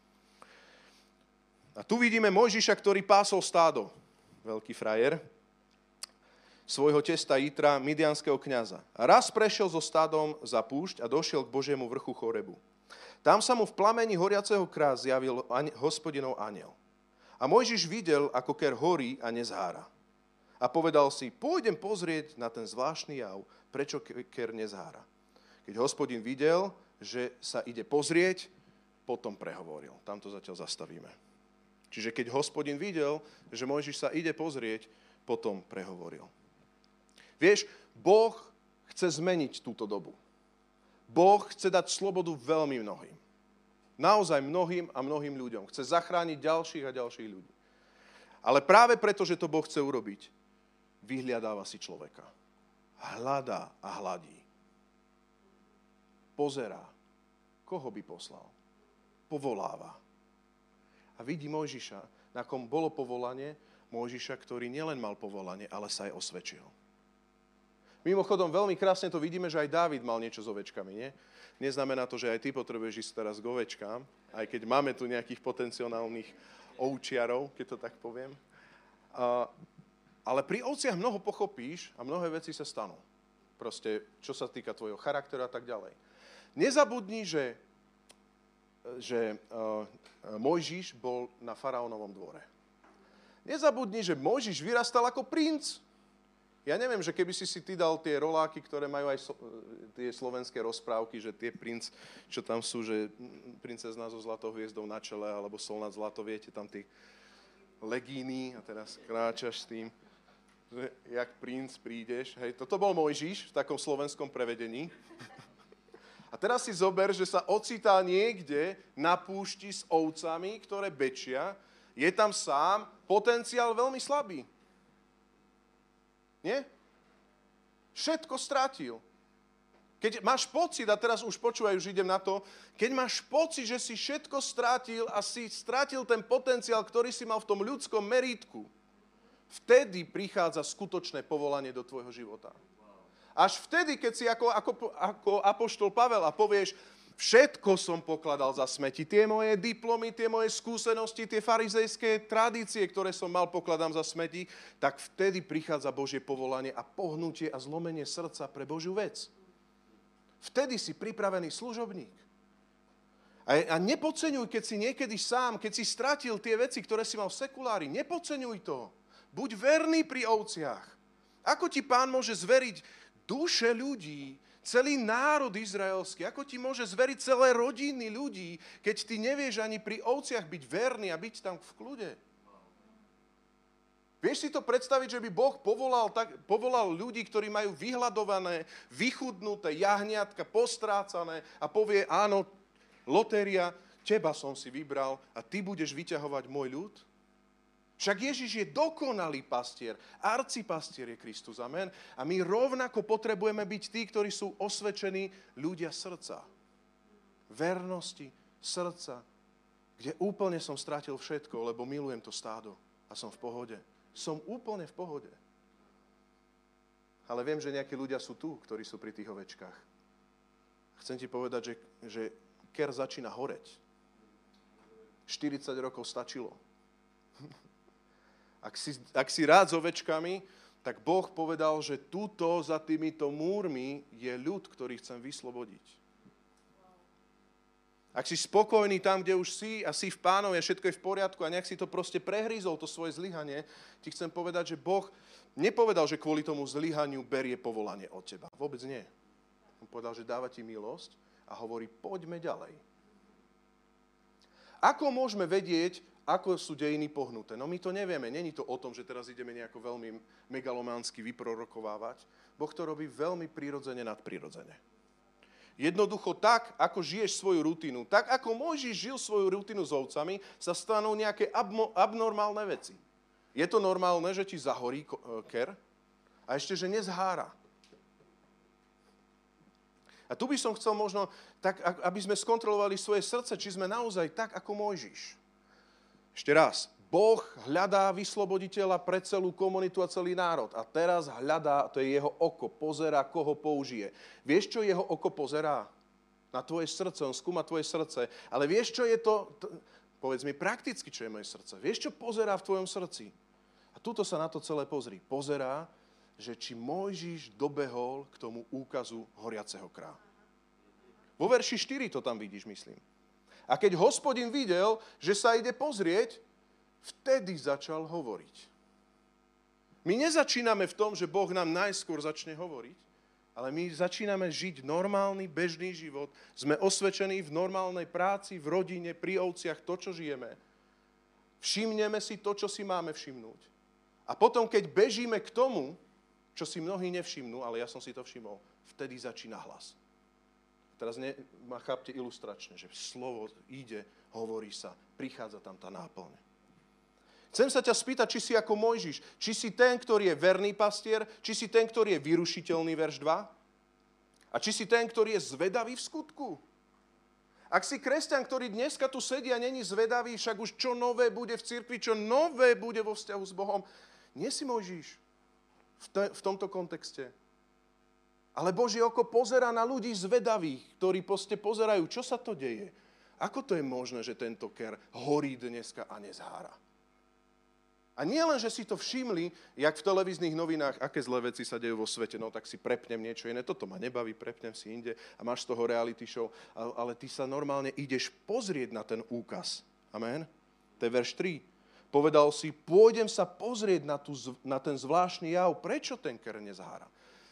A tu vidíme Mojžiša, ktorý pásol stádo. Veľký frajer, svojho testa Jitra, midianského kňaza. A raz prešiel so stádom za púšť a došiel k Božiemu vrchu Chorebu. Tam sa mu v plameni horiaceho krás zjavil Hospodinov anjel. A Mojžiš videl, ako ker horí a nezhára. A povedal si, pôjdem pozrieť na ten zvláštny jav, prečo ker nezhára. Keď Hospodin videl, že sa ide pozrieť, potom prehovoril. Tam to zatiaľ zastavíme. Čiže keď Hospodin videl, že Mojžiš sa ide pozrieť, potom prehovoril. Vieš, Boh chce zmeniť túto dobu. Boh chce dať slobodu veľmi mnohým. Naozaj mnohým a mnohým ľuďom. Chce zachrániť ďalších a ďalších ľudí. Ale práve preto, že to Boh chce urobiť, vyhliadáva si človeka. Hľadá a hladí. Pozerá. Koho by poslal? Povoláva. A vidí Mojžiša, na kom bolo povolanie, Mojžiša, ktorý nielen mal povolanie, ale sa aj osvedčil. Mimochodom, veľmi krásne to vidíme, že aj Dávid mal niečo s ovečkami, nie? Neznamená to, že aj ty potrebuješ ísť teraz k ovečkám, aj keď máme tu nejakých potenciálnych ovčiarov, keď to tak poviem. Uh, ale pri ovciach mnoho pochopíš a mnohé veci sa stanú. Proste, čo sa týka tvojho charakteru a tak ďalej. Nezabudni, že že uh, Mojžiš bol na faraónovom dvore. Nezabudni, že Mojžiš vyrastal ako princ. Ja neviem, že keby si si ty dal tie roláky, ktoré majú aj so, tie slovenské rozprávky, že tie princ, čo tam sú, že princezná so zlatou hviezdou na čele, alebo sol nad zlato, viete, tam tie legíny a teraz kráčaš s tým, že jak princ prídeš. Hej, toto bol Mojžiš v takom slovenskom prevedení. A teraz si zober, že sa ocitá niekde na púšti s ovcami, ktoré bečia. Je tam sám, potenciál veľmi slabý. Nie? Všetko stratil. Keď máš pocit, a teraz už počúvaj, už idem na to, keď máš pocit, že si všetko stratil a si stratil ten potenciál, ktorý si mal v tom ľudskom merítku, vtedy prichádza skutočné povolanie do tvojho života. Až vtedy, keď si ako, ako, ako apoštol Pavel a povieš, všetko som pokladal za smeti. Tie moje diplomy, tie moje skúsenosti, tie farizejské tradície, ktoré som mal, pokladám za smeti, tak vtedy prichádza Božie povolanie a pohnutie a zlomenie srdca pre Božiu vec. Vtedy si pripravený služobník. A, a nepodceňuj, keď si niekedy sám, keď si stratil tie veci, ktoré si mal v sekulári, nepodceňuj to. Buď verný pri ovciach. Ako ti Pán môže zveriť duše ľudí, celý národ izraelský, ako ti môže zveriť celé rodiny ľudí, keď ty nevieš ani pri ovciach byť verný a byť tam v kľude. Vieš si to predstaviť, že by Boh povolal, tak, povolal ľudí, ktorí majú vyhľadované, vychudnuté jahniatka, postrácané a povie, áno, lotéria, teba som si vybral a ty budeš vyťahovať môj ľud? Však Ježiš je dokonalý pastier, arcipastier je Kristus, amen. A my rovnako potrebujeme byť tí, ktorí sú osvedčení ľudia srdca. Vernosti, srdca, kde úplne som strátil všetko, lebo milujem to stádo a som v pohode. Som úplne v pohode. Ale viem, že nejakí ľudia sú tu, ktorí sú pri tých ovečkách. Chcem ti povedať, že, že ker začína horeť. štyridsať rokov stačilo. Ak si, ak si rád s ovečkami, tak Boh povedal, že tuto za týmito múrmi je ľud, ktorý chcem vyslobodiť. Ak si spokojný tam, kde už si a si v Pánovi a všetko je v poriadku a nejak si to proste prehrízol, to svoje zlyhanie, ti chcem povedať, že Boh nepovedal, že kvôli tomu zlyhaniu berie povolanie od teba. Vôbec nie. On povedal, že dáva ti milosť a hovorí, poďme ďalej. Ako môžeme vedieť, ako sú dejiny pohnuté? No my to nevieme. Není to o tom, že teraz ideme nejako veľmi megalománsky vyprorokovávať. Boh to robí veľmi prirodzene nadprirodzene. Jednoducho tak, ako žiješ svoju rutinu, tak ako Mojžiš žil svoju rutinu s ovcami, sa stanú nejaké abmo- abnormálne veci. Je to normálne, že ti zahorí ker a ešte, že nezhára. A tu by som chcel možno, tak, aby sme skontrolovali svoje srdce, či sme naozaj tak, ako Mojžiš. Ešte raz. Boh hľadá vysloboditeľa pre celú komunitu a celý národ. A teraz hľadá, to je jeho oko, pozerá, koho použije. Vieš, čo jeho oko pozerá? Na tvoje srdce, on skúma tvoje srdce. Ale vieš, čo je to, to povedz mi prakticky, čo je moje srdce. Vieš, čo pozerá v tvojom srdci? A tuto sa na to celé pozri. Pozerá, že či Mojžiš dobehol k tomu úkazu horiaceho kráľa. Vo verši štyri to tam vidíš, myslím. A keď Hospodin videl, že sa ide pozrieť, vtedy začal hovoriť. My nezačíname v tom, že Boh nám najskôr začne hovoriť, ale my začíname žiť normálny, bežný život. Sme osvedčení v normálnej práci, v rodine, pri ovciach, to, čo žijeme. Všimneme si to, čo si máme všimnúť. A potom, keď bežíme k tomu, čo si mnohí nevšimnú, ale ja som si to všimol, vtedy začína hlas. Teraz ne, ma chápte ilustračne, že slovo ide, hovorí sa, prichádza tam tá náplň. Chcem sa ťa spýtať, či si ako Mojžiš, či si ten, ktorý je verný pastier, či si ten, ktorý je vyrušiteľný, verš dva, a či si ten, ktorý je zvedavý v skutku. Ak si kresťan, ktorý dneska tu sedí a není zvedavý, však už čo nové bude v cirkvi, čo nové bude vo vzťahu s Bohom, nie si Mojžiš v, te, v tomto kontexte. Ale Božie oko pozerá na ľudí zvedavých, ktorí proste pozerajú, čo sa to deje. Ako to je možné, že tento ker horí dneska a nezhára? A nie len, že si to všimli, jak v televíznych novinách, aké zlé veci sa dejú vo svete, no tak si prepnem niečo iné, toto ma nebaví, prepnem si inde a máš z toho reality show, ale ty sa normálne ideš pozrieť na ten úkaz. Amen? To je verš tri. Povedal si, pôjdem sa pozrieť na, tú, na ten zvláštny jav, prečo ten ker nezhára.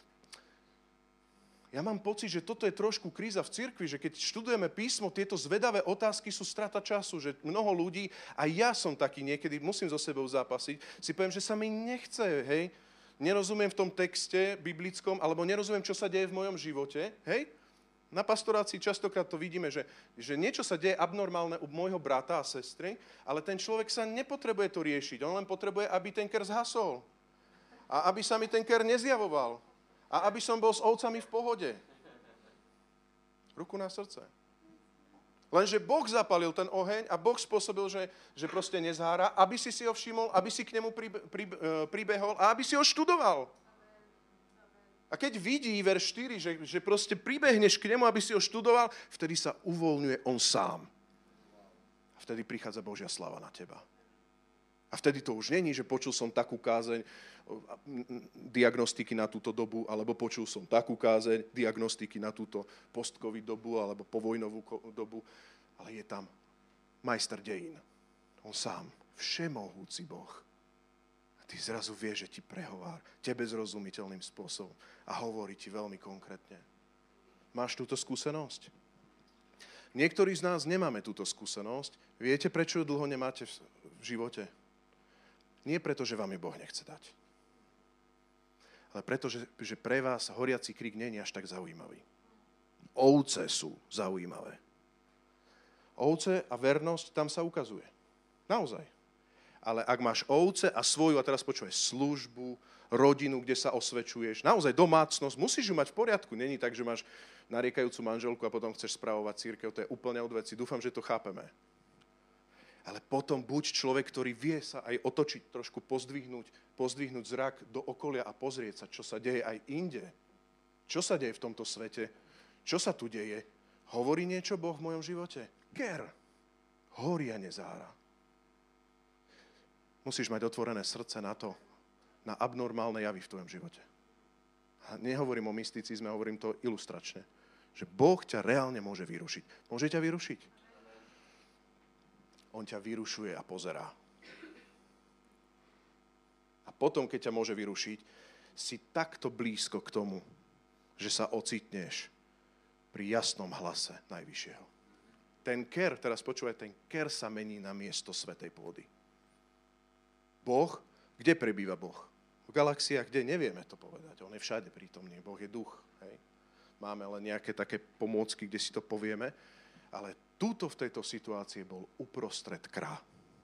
Ja mám pocit, že toto je trošku kríza v cirkvi, že keď študujeme písmo, tieto zvedavé otázky sú strata času, že mnoho ľudí, a ja som taký niekedy, musím so sebou zápasiť, si poviem, že sa mi nechce, hej, nerozumiem v tom texte biblickom, alebo nerozumiem, čo sa deje v mojom živote, hej. Na pastorácii častokrát to vidíme, že, že niečo sa deje abnormálne u môjho brata a sestry, ale ten človek sa nepotrebuje to riešiť, on len potrebuje, aby ten ker zhasol a aby sa mi ten ker nezjavoval. A aby som bol s ovcami v pohode. Ruku na srdce. Lenže Boh zapalil ten oheň a Boh spôsobil, že, že proste nezhára, aby si si ho všimol, aby si k nemu pribehol a aby si ho študoval. A keď vidí verš štyri, že, že proste pribehneš k nemu, aby si ho študoval, vtedy sa uvoľňuje on sám. A vtedy prichádza Božia sláva na teba. A vtedy to už není, že počul som takú kázeň diagnostiky na túto dobu, alebo počul som takú kázeň diagnostiky na túto post-covid dobu, alebo povojnovú dobu, ale je tam majster dejín. On sám, všemohúci Boh. A ty zrazu vieš, že ti prehovár tebe zrozumiteľným spôsobom a hovorí ti veľmi konkrétne. Máš túto skúsenosť? Niektorí z nás nemáme túto skúsenosť. Viete, prečo ju dlho nemáte v živote? Nie preto, že vám ju Boh nechce dať. Ale preto, že, že pre vás horiaci krík nie je až tak zaujímavý. Ovce sú zaujímavé. Ovce a vernosť tam sa ukazuje. Naozaj. Ale ak máš ovce a svoju, a teraz počuješ službu, rodinu, kde sa osvečuješ, naozaj domácnosť, musíš ju mať v poriadku. Není tak, že máš nariekajúcu manželku a potom chceš spravovať cirkev. To je úplne od veci. Dúfam, že to chápeme. Ale potom buď človek, ktorý vie sa aj otočiť, trošku pozdvihnúť, pozdvihnúť zrak do okolia a pozrieť sa, čo sa deje aj inde. Čo sa deje v tomto svete? Čo sa tu deje? Hovorí niečo Boh v mojom živote? Ker. Horí a nezára. Musíš mať otvorené srdce na to, na abnormálne javy v tvojom živote. A nehovorím o mysticizme, hovorím to ilustračne. Že Boh ťa reálne môže vyrušiť. Môže ťa vyrušiť? On ťa vyrušuje a pozerá. A potom, keď ťa môže vyrušiť, si takto blízko k tomu, že sa ocitneš pri jasnom hlase Najvyššieho. Ten ker, teraz počúvaj, ten ker sa mení na miesto svätej pôdy. Boh, kde prebýva Boh? V galaxiách, kde nevieme to povedať. On je všade prítomný. Boh je duch. Hej. Máme len nejaké také pomôcky, kde si to povieme. Ale túto v tejto situácii bol uprostred krá.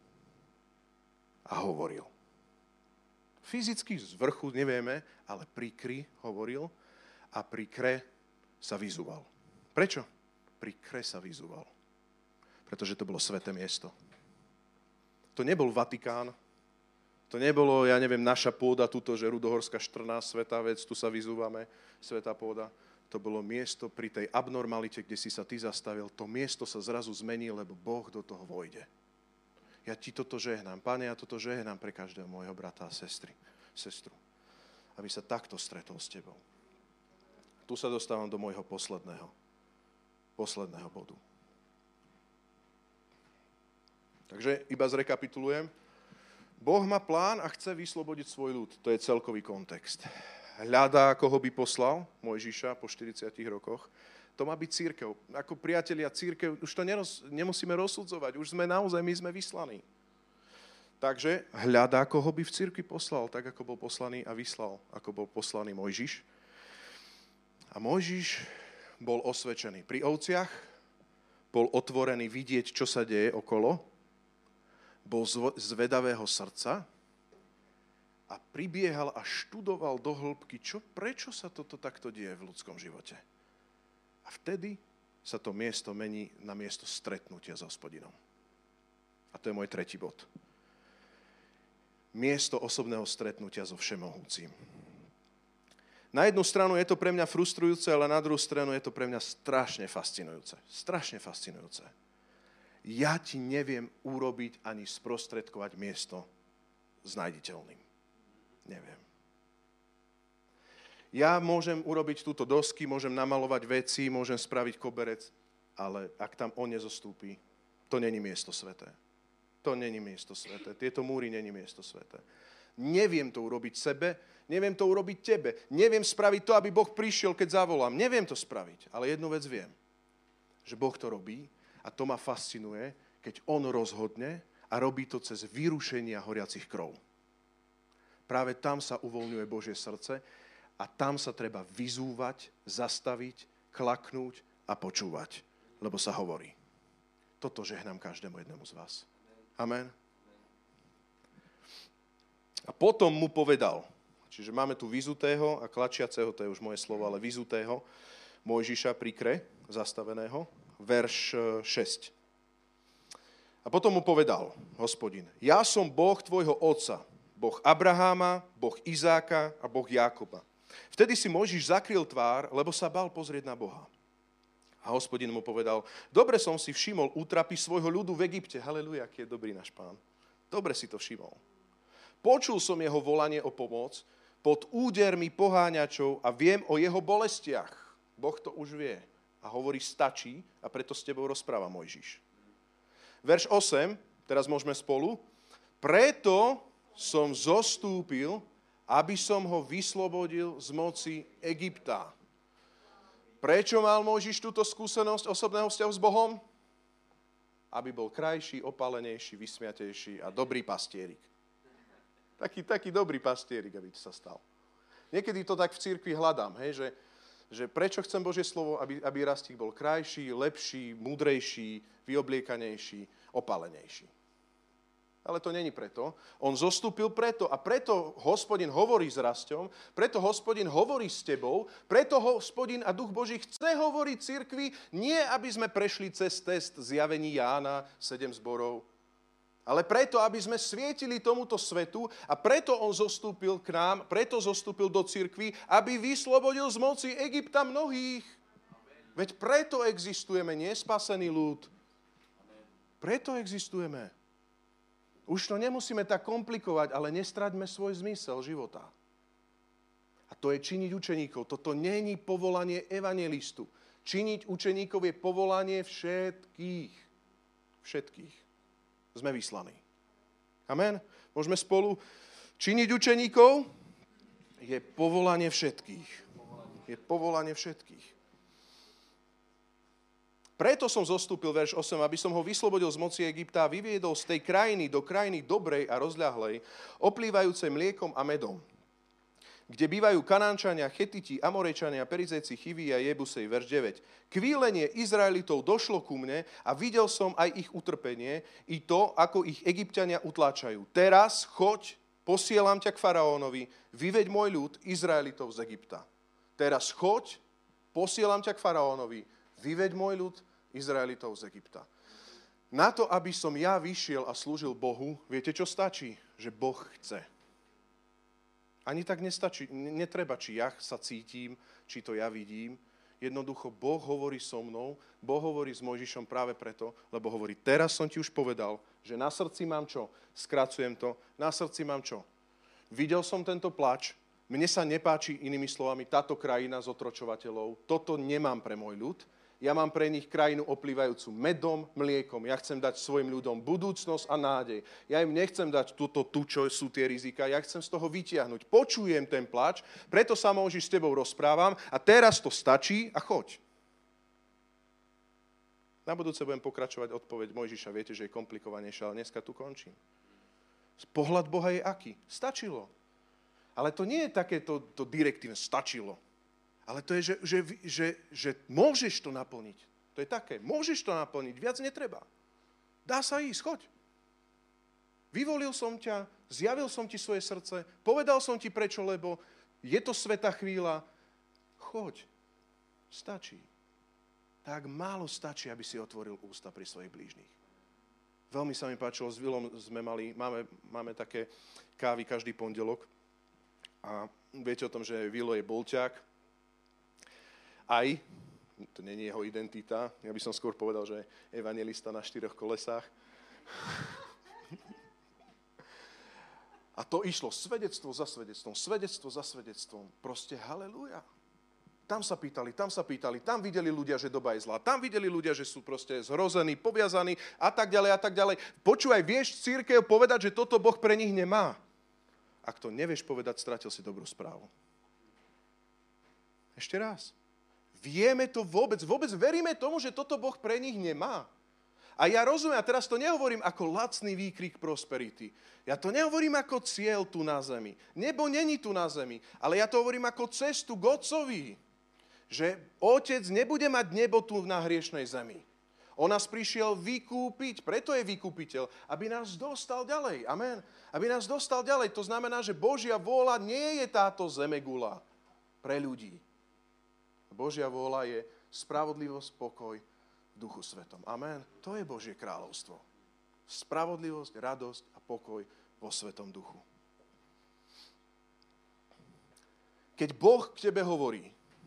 A hovoril. Fyzicky z vrchu nevieme, ale pri kri hovoril a pri kre sa vyzúval. Prečo? Pri kre sa vyzúval. Pretože to bolo sväté miesto. To nebol Vatikán, to nebolo, ja neviem, naša pôda, tuto, že Rudohorská štrnásť, svätá vec, tu sa vyzúvame, svätá pôda. To bolo miesto pri tej abnormalite, kde si sa ty zastavil. To miesto sa zrazu zmení, lebo Boh do toho vojde. Ja ti toto žehnám. Pane, ja toto žehnám pre každého môjho brata a sestry, sestru. Aby sa takto stretol s tebou. Tu sa dostávam do môjho posledného, posledného bodu. Takže iba zrekapitulujem. Boh má plán a chce vyslobodiť svoj ľud. To je celkový kontext. Hľadá, koho by poslal, Mojžiša po štyridsiatich rokoch. To má byť cirkev. Ako priatelia cirkev, už to neroz, nemusíme rozsudzovať. Už sme naozaj, my sme vyslaní. Takže hľadá, koho by v cirkvi poslal, tak ako bol poslaný a vyslal, ako bol poslaný Mojžiš. A Mojžiš bol osvedčený pri ovciach, bol otvorený vidieť, čo sa deje okolo, bol zvedavého srdca a pribiehal a študoval do hĺbky, čo, prečo sa toto takto deje v ľudskom živote. A vtedy sa to miesto mení na miesto stretnutia s Hospodinom. A to je môj tretí bod. Miesto osobného stretnutia so Všemohúcim. Na jednu stranu je to pre mňa frustrujúce, ale na druhú stranu je to pre mňa strašne fascinujúce. Strašne fascinujúce. Ja ti neviem urobiť ani sprostredkovať miesto znajditeľným. Neviem. Ja môžem urobiť túto dosky, môžem namalovať veci, môžem spraviť koberec, ale ak tam on nezostúpi, to není miesto sväté. To není miesto sväté. Tieto múry není miesto sväté. Neviem to urobiť sebe, neviem to urobiť tebe. Neviem spraviť to, aby Boh prišiel, keď zavolám. Neviem to spraviť, ale jednu vec viem. Že Boh to robí a to ma fascinuje, keď on rozhodne a robí to cez vyrušenia horiacich krov. Práve tam sa uvoľňuje Božie srdce a tam sa treba vyzúvať, zastaviť, klaknúť a počúvať, lebo sa hovorí. Toto žehnám každému jednému z vás. Amen. A potom mu povedal, čiže máme tu vyzutého a klačiaceho, to je už moje slovo, ale vyzutého Mojžiša pri kre, zastaveného, verš šesť. A potom mu povedal Hospodin, ja som Boh tvojho otca, Boh Abraháma, Boh Izáka a Boh Jákoba. Vtedy si Mojžiš zakryl tvár, lebo sa bál pozrieť na Boha. A Hospodin mu povedal, dobre som si všimol útrapy svojho ľudu v Egypte. Haleluja, aký je dobrý náš Pán. Dobre si to všimol. Počul som jeho volanie o pomoc pod údermi poháňačov a viem o jeho bolestiach. Boh to už vie. A hovorí, stačí a preto s tebou rozpráva Mojžiš. Verš osem, teraz môžeme spolu. Preto som zostúpil, aby som ho vyslobodil z moci Egypta. Prečo mal Mojžiš túto skúsenosť osobného vzťahu s Bohom? Aby bol krajší, opalenejší, vysmiatejší a dobrý pastierik. Taký, taký dobrý pastierik, aby to sa stal. Niekedy to tak v cirkvi hľadám, hej, že, že prečo chcem Božie slovo, aby, aby Rastík bol krajší, lepší, múdrejší, vyobliekanejší, opalenejší. Ale to není preto. On zostúpil preto a preto Hospodin hovorí s Rasťom, preto Hospodin hovorí s tebou, preto Hospodin a Duch Boží chce hovoriť cirkvi, nie aby sme prešli cez test zjavení Jána, sedem zborov, ale preto, aby sme svietili tomuto svetu a preto on zostúpil k nám, preto zostúpil do cirkvi, aby vyslobodil z moci Egypta mnohých. Veď preto existujeme, nespasený ľud. Preto existujeme. Už to nemusíme tak komplikovať, ale nestraťme svoj zmysel života. A to je činiť učeníkov. Toto není povolanie evangelistu. Činiť učeníkov je povolanie všetkých. Všetkých. Sme vyslaní. Amen. Môžeme spolu činiť učeníkov je povolanie všetkých. Je povolanie všetkých. Preto som zostúpil, verš osem, aby som ho vyslobodil z moci Egypta a vyviedol z tej krajiny do krajiny dobrej a rozľahlej, oplývajúcej mliekom a medom, kde bývajú Kanánčania, Chetiti, Amorečania, Perizejci, Chiví a Jebusej, verš deväť. Kvílenie Izraelitov došlo ku mne a videl som aj ich utrpenie, i to, ako ich Egypťania utláčajú. Teraz choď, posielam ťa k faraónovi, vyveď môj ľud Izraelitov z Egypta. Teraz choď, posielam ťa k faraónovi, vyveď môj ľud Izraelitov z Egypta. Na to, aby som ja vyšiel a slúžil Bohu, viete, čo stačí? Že Boh chce. Ani tak nestačí, netreba, či ja sa cítim, či to ja vidím. Jednoducho, Boh hovorí so mnou, Boh hovorí s Mojžišom práve preto, lebo hovorí, teraz som ti už povedal, že na srdci mám čo? Skracujem to. Na srdci mám čo? Videl som tento plač, mne sa nepáči, inými slovami, táto krajina z otročovateľov, toto nemám pre môj ľud. Ja mám pre nich krajinu oplývajúcu medom, mliekom. Ja chcem dať svojim ľuďom budúcnosť a nádej. Ja im nechcem dať túto tu, čo sú tie rizika. Ja chcem z toho vytiahnuť. Počujem ten plač, preto sa Mojžiš s tebou rozprávam a teraz to stačí a choď. Na budúce budem pokračovať odpoveď Mojžiša. Viete, že je komplikovanejšia, ale dneska tu končím. Pohľad Boha je aký? Stačilo. Ale to nie je takéto to direktívne. Stačilo. Ale to je, že, že, že, že môžeš to naplniť. To je také. Môžeš to naplniť. Viac netreba. Dá sa ísť. Choď. Vyvolil som ťa, zjavil som ti svoje srdce, povedal som ti prečo, lebo je to svätá chvíľa. Choď. Stačí. Tak málo stačí, aby si otvoril ústa pri svojich blížnych. Veľmi sa mi páčilo, s Vilom sme mali, máme, máme také kávy každý pondelok. A viete o tom, že Vilo je bolťák. Aj, to nie je jeho identita, ja by som skôr povedal, že je evanjelista na štyroch kolesách. A to išlo svedectvo za svedectvom, svedectvo za svedectvom. Proste halelúja. Tam sa pýtali, tam sa pýtali, tam videli ľudia, že doba je zlá, tam videli ľudia, že sú proste zhrození, poviazaní a tak ďalej a tak ďalej. Počúvaj, vieš cirkev povedať, že toto Boh pre nich nemá. Ak to nevieš povedať, stratil si dobrú správu. Ešte raz. Vieme to vôbec, vôbec veríme tomu, že toto Boh pre nich nemá. A ja rozumiem, a teraz to nehovorím ako lacný výkrik prosperity. Ja to nehovorím ako cieľ tu na zemi. Nebo není tu na zemi, ale ja to hovorím ako cestu k Otcovi. Že Otec nebude mať nebo tu na hriešnej zemi. On nás prišiel vykúpiť, preto je vykúpiteľ, aby nás dostal ďalej. Amen. Aby nás dostal ďalej. To znamená, že Božia vôľa nie je táto zemegula pre ľudí. Božia vôľa je spravodlivosť, pokoj v Duchu Svetom. Amen. To je Božie kráľovstvo. Spravodlivosť, radosť a pokoj vo Svetom Duchu. Keď Boh k tebe hovorí,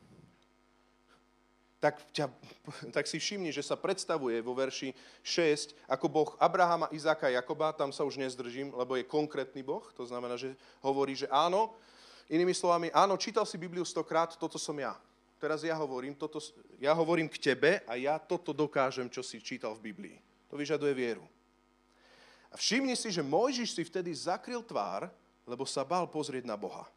tak, ťa, tak si všimni, že sa predstavuje vo verši šesť ako Boh Abrahama, Izáka a Jakoba. Tam sa už nezdržím, lebo je konkrétny Boh. To znamená, že hovorí, že áno. Inými slovami, áno, čítal si Bibliu stokrát, toto som ja. Teraz ja hovorím, toto, ja hovorím k tebe a ja toto dokážem, čo si čítal v Biblii. To vyžaduje vieru. A všimni si, že Mojžiš si vtedy zakryl tvár, lebo sa bál pozrieť na Boha.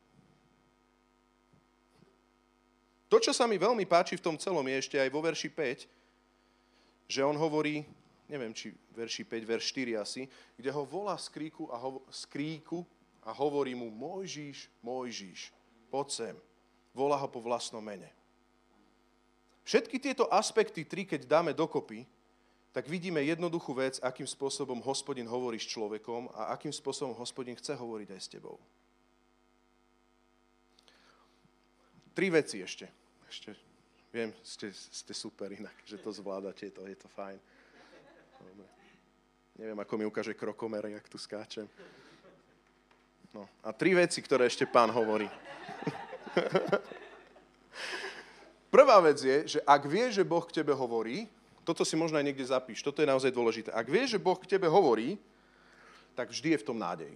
To, čo sa mi veľmi páči v tom celom, je ešte aj vo verši päť, že on hovorí, neviem, či verši päť, verš štyri asi, kde ho volá z kríku a, ho, z kríku a hovorí mu, Mojžiš, Mojžiš, poď sem. Volá ho po vlastnom mene. Všetky tieto aspekty tri, keď dáme dokopy, tak vidíme jednoduchú vec, akým spôsobom Hospodin hovorí s človekom a akým spôsobom Hospodin chce hovoriť aj s tebou. Tri veci ešte. Ešte viem, ste, ste super inak, že to zvládate, to, je to fajn. Dobre. Neviem, ako mi ukáže krokomer, jak tu skáčem. No. A tri veci, ktoré ešte Pán hovorí. Prvá vec je, že ak vieš, že Boh k tebe hovorí, toto si možno aj niekde zapíš, toto je naozaj dôležité. Ak vieš, že Boh k tebe hovorí, tak vždy je v tom nádej.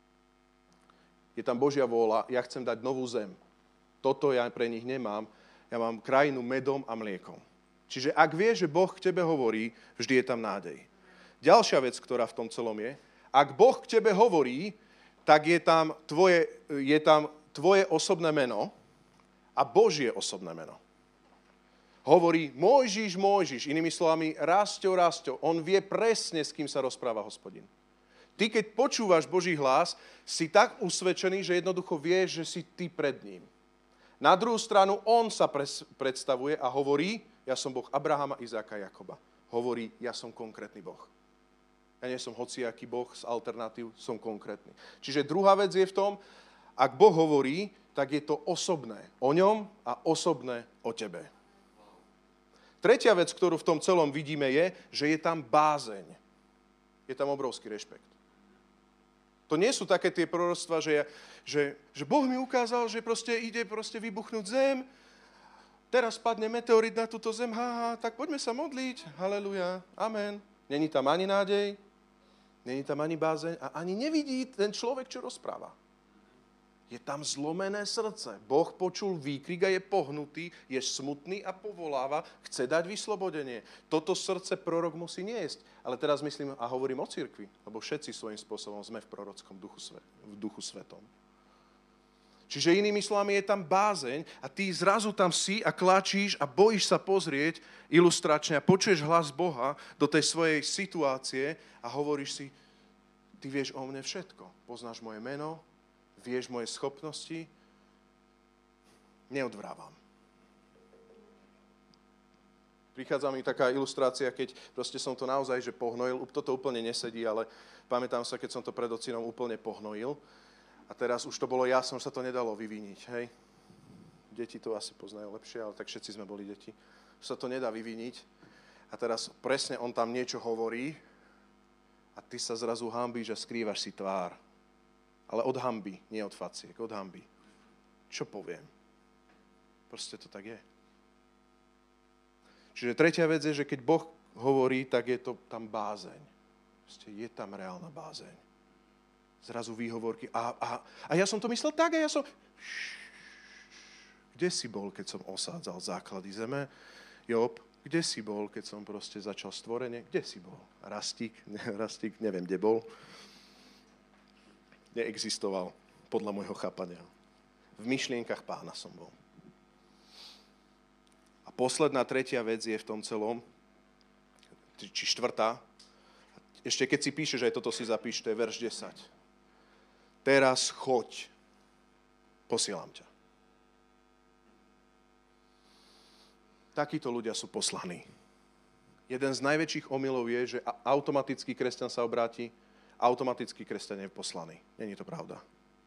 Je tam Božia vôľa, ja chcem dať novú zem. Toto ja pre nich nemám. ja mám krajinu medom a mliekom. Čiže ak vieš, že Boh k tebe hovorí, vždy je tam nádej. Ďalšia vec, ktorá v tom celom je, ak Boh k tebe hovorí, tak je tam tvoje, je tam tvoje osobné meno a Božie osobné meno. Hovorí Mojžiš, Mojžiš, inými slovami Rastio, Rastio. On vie presne, s kým sa rozpráva Hospodin. Ty, keď počúvaš Boží hlas, si tak usvedčený, že jednoducho vieš, že si ty pred ním. Na druhú stranu, on sa pres, predstavuje a hovorí, ja som Boh Abrahama, Izáka, Jakoba. Hovorí, ja som konkrétny Boh. Ja nie som hociaký Boh z alternatív, som konkrétny. Čiže druhá vec je v tom, ak Boh hovorí, tak je to osobné o ňom a osobné o tebe. Tretia vec, ktorú v tom celom vidíme, je, že je tam bázeň. Je tam obrovský rešpekt. To nie sú také tie proroctvá, že, že, že Boh mi ukázal, že proste ide proste vybuchnúť zem, teraz padne meteorit na túto zem, haha, tak poďme sa modliť, haleluja, amen. Není tam ani nádej, není tam ani bázeň a ani nevidí ten človek, čo rozpráva. Je tam zlomené srdce. Boh počul výkrik a je pohnutý, je smutný a povoláva, chce dať vyslobodenie. Toto srdce prorok musí niesť. Ale teraz myslím a hovorím o cirkvi, lebo všetci svojím spôsobom sme v prorockom duchu, v duchu svetom. Čiže inými slovami je tam bázeň a ty zrazu tam si a klačíš a bojíš sa pozrieť ilustračne a počuješ hlas Boha do tej svojej situácie a hovoríš si, ty vieš o mne všetko. Poznáš moje meno, vieš moje schopnosti, neodvrávam. Prichádza mi taká ilustrácia, keď proste som to naozaj že pohnojil, toto úplne nesedí, ale pamätám sa, keď som to pred ocinom úplne pohnojil a teraz už to bolo jasno, že sa to nedalo vyviniť, hej. Deti to asi poznajú lepšie, ale tak všetci sme boli deti. Už sa to nedá vyviniť a teraz presne on tam niečo hovorí a ty sa zrazu hanbíš a skrývaš si tvár. Ale od hanby, nie od faciek, od hanby. Čo poviem? Proste to tak je. Čiže tretia vec je, že keď Boh hovorí, tak je to tam bázeň. Proste je tam reálna bázeň. Zrazu výhovorky. A, a, a ja som to myslel tak, a ja som... Kde si bol, keď som osádzal základy zeme? Job, kde si bol, keď som proste začal stvorenie? Kde si bol? Rastík? Rastík, neviem, kde bol. Neexistoval, podľa môjho chápania. V myšlienkach Pána som bol. A posledná, tretia vec je v tom celom, či štvrtá, ešte keď si píšeš, aj toto si zapíš, to je verš desať. Teraz choď, posielam ťa. Takíto ľudia sú poslaní. Jeden z najväčších omylov je, že automaticky kresťan sa obráti, automaticky kresťan je poslaný. Není to pravda.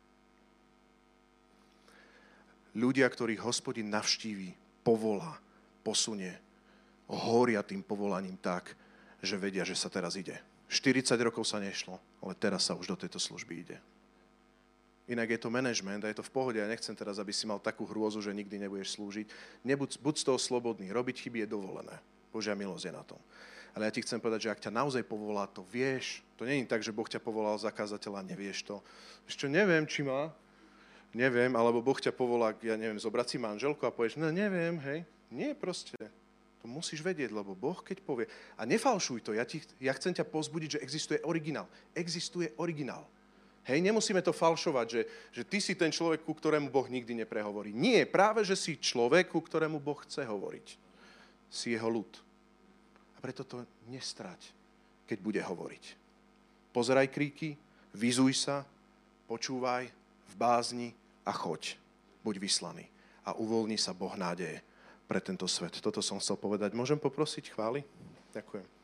Ľudia, ktorých Hospodin navštíví, povolá, posunie, horia tým povolaním tak, že vedia, že sa teraz ide. štyridsať rokov sa nešlo, ale teraz sa už do tejto služby ide. Inak je to manažment a je to v pohode. Ja nechcem teraz, aby si mal takú hrôzu, že nikdy nebudeš slúžiť. Nebuď, buď z toho slobodný. Robiť chyby je dovolené. Božia milosť je na tom. Ale ja ti chcem povedať, že ak ťa naozaj povolá, to vieš. To nie je tak, že Boh ťa povolal za kazateľa, nevieš to. Ešte neviem, či má. Neviem, alebo Boh ťa povolá, ja neviem, zobrať si manželku a povieš, no neviem, hej. Nie, proste. To musíš vedieť, lebo Boh keď povie. A nefalšuj to. Ja, ti, ja chcem ťa povzbudiť, že existuje originál. Existuje originál. Hej, nemusíme to falšovať, že, že ty si ten človek, ku ktorému Boh nikdy neprehovorí. Nie, práve, že si človek, ku ktorému Boh chce hovoriť. Si jeho ľud. A preto to nestrať, keď bude hovoriť. Pozeraj kríky, vyzuj sa, počúvaj v bázni a choď. Buď vyslaný. A uvoľní sa Boh nádeje pre tento svet. Toto som chcel povedať. Môžem poprosiť chvály? Ďakujem.